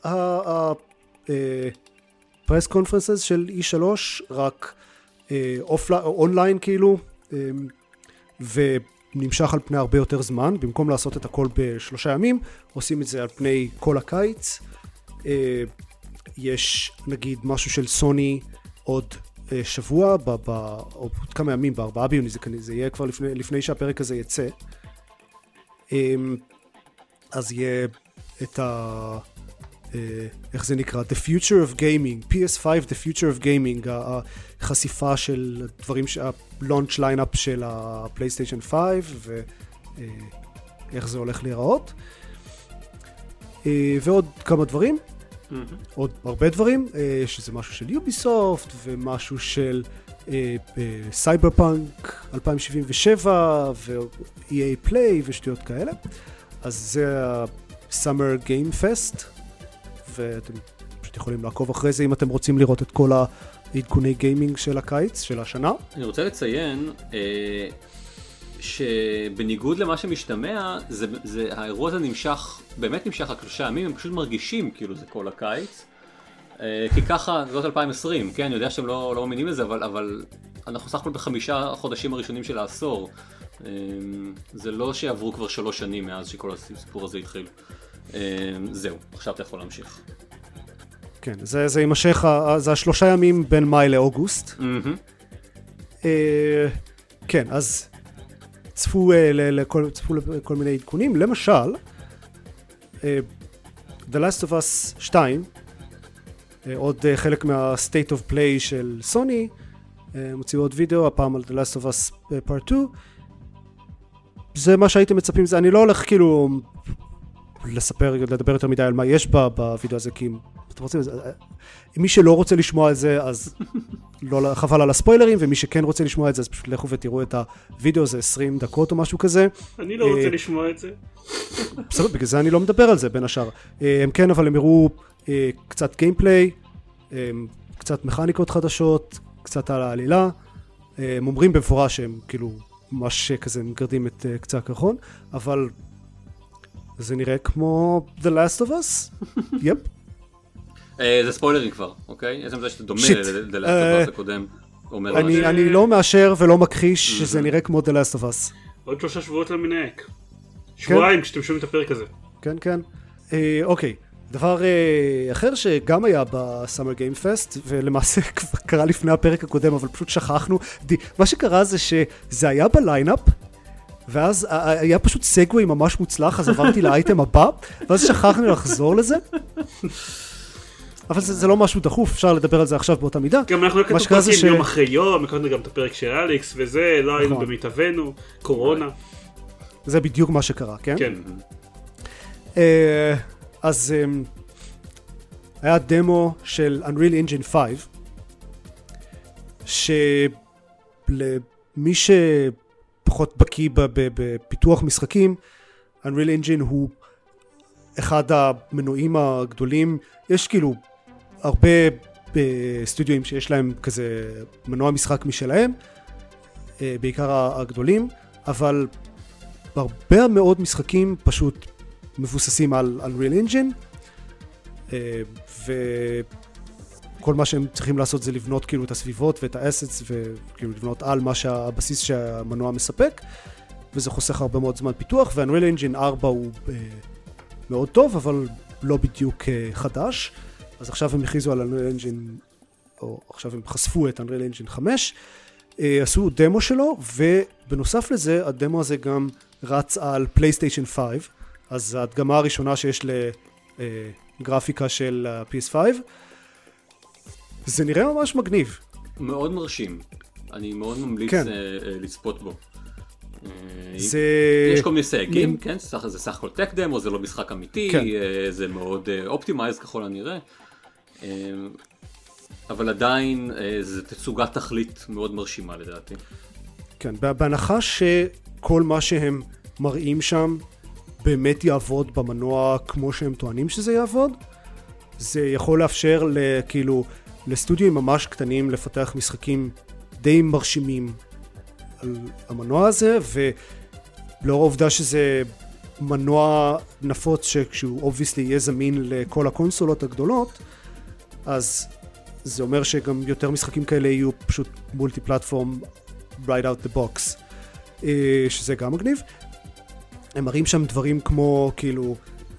B: press conferences של E3, רק אונליין כאילו, ונמשך על פני הרבה יותר זמן. במקום לעשות את הכל ב3 ימים, עושים את זה על פני כל הקיץ. יש נגיד משהו של סוני עוד שבוע, או כמה ימים, ב4 ביוני, זה יהיה כבר לפני שהפרק הזה יצא. אז יהיה את איך זה נקרא? The Future of Gaming, PS5, The Future of Gaming, החשיפה של דברים, ה-launch lineup של הפלייסטיישן 5, ואיך זה הולך להיראות. ועוד כמה דברים, עוד הרבה דברים, שזה משהו של Ubisoft, ומשהו של Cyberpunk 2077, ו-EA Play, ושטויות כאלה. אז זה ה-Summer Game Fest, ואתם פשוט יכולים לעקוב אחרי זה אם אתם רוצים לראות את כל העדכוני גיימינג של הקיץ, של השנה.
A: אני רוצה לציין שבניגוד למה שמשתמע, האירוע הזה באמת נמשך רק 3 ימים, הם פשוט מרגישים כאילו זה כל הקיץ, כי ככה, זאת 2020, כן, אני יודע שאתם לא מאמינים לזה, אבל אנחנו סך הכל ב5 חודשים הראשונים של העשור, זה לא שעברו כבר 3 שנים מאז שכל הסיפור הזה התחיל. זהו, עכשיו אתה יכול להמשיך.
B: כן, זה יימשך, זה 3 ימים בין מאי לאוגוסט. כן, אז צפו לכל מיני עדכונים, למשל, The Last of Us 2 עוד חלק מה-State of Play של סוני, מוציאו עוד וידאו, הפעם על The Last of Us Part 2. זה מה שהייתם מצפים, אני לא הולך כאילו לדבר יותר מדי על מה יש בווידאו הזה, כי אתם רוצים, מי שלא רוצה לשמוע את זה, אז לא חבל על הספוילרים, ומי שכן רוצה לשמוע את זה, אז פשוט לכו ותראו את הווידאו, זה 20 דקות או משהו כזה.
C: אני לא רוצה לשמוע את זה.
B: בסדר, בגלל זה אני לא מדבר על זה בין השאר. הם כן, אבל הם הראו קצת גיימפליי, קצת מכניקות חדשות, קצת על העלילה. הם אומרים במפורש שהם כאילו ממש כזה מגרדים את קצה הקרחון, אבל זה נראה כמו The Last of Us. יפ.
A: זה ספוילרים כבר, אוקיי? איזה מזה שאתה דומה ל-The Last of Us הקודם.
B: אני לא מאשר ולא מכחיש שזה נראה כמו The Last of Us.
C: עוד 3 שבועות למנהק. שבועיים כשאתם שומעים את הפרק הזה.
B: כן, כן. אוקיי. דבר אחר שגם היה בסאמר גיים פסט, ולמעשה קרה לפני הפרק הקודם, אבל פשוט שכחנו. מה שקרה זה שזה היה בליינאפ, ואז היה פשוט סגווי ממש מוצלח, אז עברתי לאייטם הבא, ואז שכחנו לחזור לזה. אבל זה לא משהו דחוף, אפשר לדבר על זה עכשיו באותה מידה.
C: גם אנחנו לקחנו פרקים יום אחרי יום, הקלטנו גם את הפרק של אליקס וזה, לא היינו במיטבנו, קורונה.
B: זה בדיוק מה שקרה, כן?
C: כן.
B: אז היה דמו של Unreal Engine 5, שלמי שפחות בקיא בפיתוח משחקים, Unreal Engine הוא אחד המנועים הגדולים. יש כאילו הרבה סטודיואים שיש להם כזה מנוע משחק משלהם, בעיקר הגדולים, אבל הרבה מאוד משחקים פשוט מבוססים על Unreal Engine, וכל מה שהם צריכים לעשות זה לבנות כאילו את הסביבות ואת האסטס, וכאילו לבנות על מה שהבסיס שהמנוע מספק, וזה חוסך הרבה מאוד זמן פיתוח, ו-Unreal Engine 4 הוא מאוד טוב, אבל לא בדיוק חדש. אז עכשיו הם הכריזו על Unreal Engine, או עכשיו הם חשפו את Unreal Engine 5, עשו דמו שלו, ובנוסף לזה, הדמו הזה גם רץ על PlayStation 5, אז ההדגמה הראשונה שיש לגרפיקה של PS5, זה נראה ממש מגניב.
A: מאוד מרשים. אני מאוד ממליץ לצפות בו. יש כל מיני סייגים, כן? זה סך הכל טק דמו, זה לא משחק אמיתי, זה מאוד אופטימייז ככל הנראה, אבל עדיין זה תצוגת תכלית מאוד מרשימה לדעתי.
B: כן, בהנחה שכל מה שהם מראים שם באמת יעבוד במנוע כמו שהם טוענים שזה יעבוד, זה יכול לאפשר כאילו לסטודיו ממש קטנים לפתח משחקים די מרשימים על המנוע הזה, ולאור העובדה שזה מנוע נפוץ שכשהוא obviously יהיה זמין לכל הקונסולות הגדולות, אז זה אומר שגם יותר משחקים כאלה יהיו פשוט מולטי פלטפורם right out the box, שזה גם מגניב. הם מראים שם דברים כמו כאילו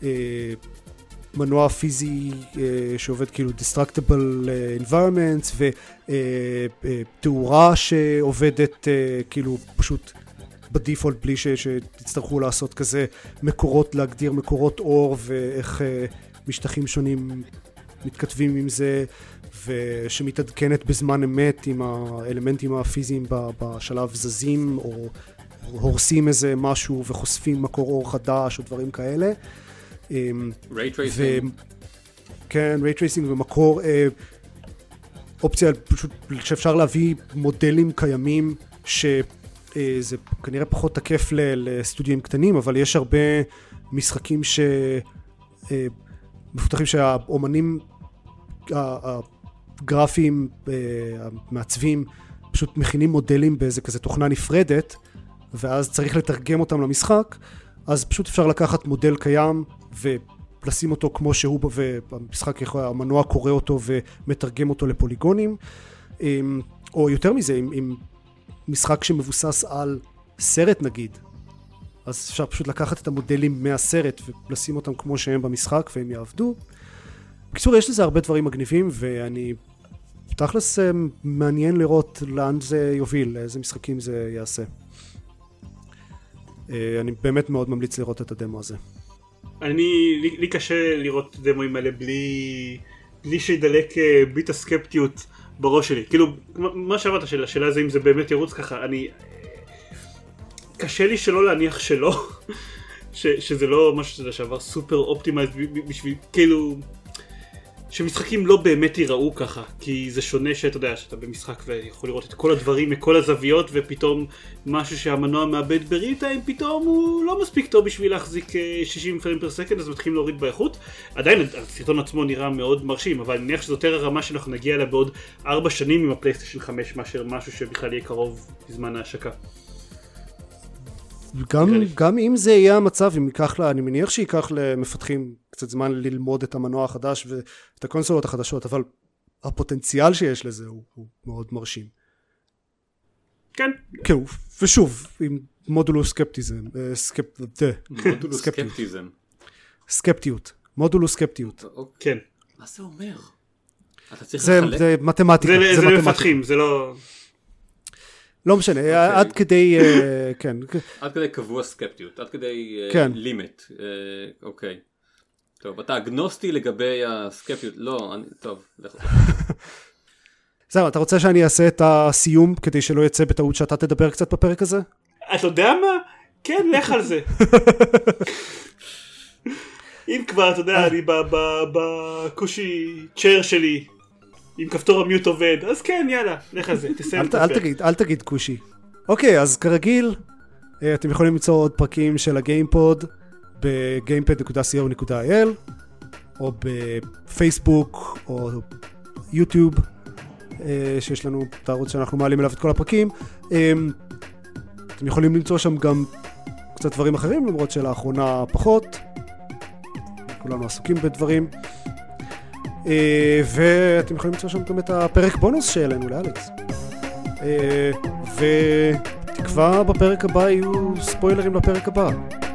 B: מנוע פיזי שעובד כאילו destructible environments, ותאורה שעובדת כאילו פשוט בדיפולט בלי שתצטרכו לעשות כזה מקורות, להגדיר מקורות אור ואיך משטחים שונים מתכתבים עם זה, ושמתעדכנת בזמן אמת עם האלמנטים הפיזיים בשלב זזים או הורסים איזה משהו וחושפים מקור אור חדש או דברים כאלה.
A: רייטרייסינג.
B: כן, רייטרייסינג ומקור, אופציה פשוט שאפשר להביא מודלים קיימים, שזה כנראה פחות תקף לסטודיו קטנים, אבל יש הרבה משחקים מפותחים שהאומנים הגרפיים, המעצבים, פשוט מכינים מודלים באיזה כזה תוכנה נפרדת, ואז צריך לתרגם אותם למשחק, אז פשוט אפשר לקחת מודל קיים ולשים אותו כמו שהוא, והמשחק יכול, המנוע קורא אותו ומתרגם אותו לפוליגונים, או יותר מזה, עם משחק שמבוסס על סרט נגיד, אז אפשר פשוט לקחת את המודלים מהסרט ולשים אותם כמו שהם במשחק והם יעבדו. בקיצור, יש לזה הרבה דברים מגניבים, ואני תכלס מעניין לראות לאן זה יוביל, לאיזה משחקים זה יעשה. אני באמת מאוד ממליץ לראות את הדמו הזה.
C: לי קשה לראות דמוים האלה בלי לי שידלק ביט הסקפטיות בראש שלי. כאילו, מה שאמרת, השאלה זה אם זה באמת ירוץ ככה, קשה לי שלא להניח שלא, שזה לא משהו שעבר סופר אופטימייז בשביל, כאילו, שמשחקים לא באמת ייראו ככה, כי זה שונה שאתה יודע, שאתה במשחק ויכול לראות את כל הדברים מכל הזוויות, ופתאום משהו שהמנוע מאבד בריל-טיים, פתאום הוא לא מספיק טוב בשביל להחזיק 60 פריים פר סקנד, אז מתחילים להוריד באיכות. עדיין הסרטון עצמו נראה מאוד מרשים, אבל אני מניח שזאת יותר הרמה שאנחנו נגיע אליה בעוד 4 שנים עם הפלייסטיישן 5, מאשר משהו שבכלל יהיה קרוב בזמן ההשקה.
B: גם אם זה יהיה המצב, אני מניח שיקח למפתחים קצת זמן ללמוד את המנוע החדש ואת הקונסולות החדשות, אבל הפוטנציאל שיש לזה הוא מאוד מרשים.
C: כן.
B: כן, ושוב, עם מודולוס סקפטיזם.
A: מודולוס סקפטיזם.
B: סקפטיות. מודולוס סקפטיות.
C: כן.
A: מה זה אומר?
B: זה מתמטיקה.
C: זה למפתחים, זה לא...
B: לא משנה, עד כדי, כן.
A: עד כדי קבוע סקפטיות, עד כדי לימיט, אוקיי. טוב, אתה אגנוסטי לגבי הסקפטיות, לא, טוב, לך.
B: זהו, אתה רוצה שאני אעשה את הסיום כדי שלא יצא בטעות שאתה תדבר קצת בפרק הזה?
C: אתה יודע מה? כן, לך על זה. אם כבר, אתה יודע, אני בקושי צ'ר שלי, עם כפתור המיוט עובד, אז כן, יאללה, לך על זה, תסיים את הפרק.
B: אל תגיד קושי. אוקיי, אז כרגיל, אתם יכולים למצוא עוד פרקים של הגיימפוד ב-gamepad.co.il או בפייסבוק או יוטיוב, שיש לנו את הערוץ שאנחנו מעלים אליו את כל הפרקים. אתם יכולים למצוא שם גם קצת דברים אחרים, למרות שלאחרונה פחות. כולנו עסוקים בדברים. ואתם יכולים למצוא שם גם את הפרק בונוס שהעלינו לאלכס. ותקווה בפרק הבא יהיו ספוילרים לפרק הבא.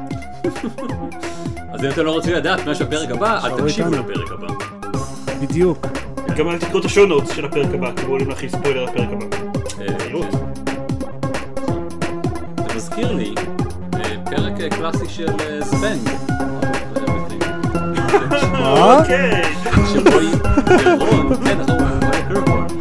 A: אז אם אתם לא רוצים לדעת מה שהפרק הבא, אל תקשיבו לפרק הבא.
B: בדיוק.
C: גם אל תקראו את השונוטס של הפרק הבא, כי בואו להכניס ספוילר לפרק הבא.
A: זה מזכיר לי פרק קלאסי של ספנג.
B: מה?
C: אוקיי.
A: שרוי הרון, כן, רוי הרון.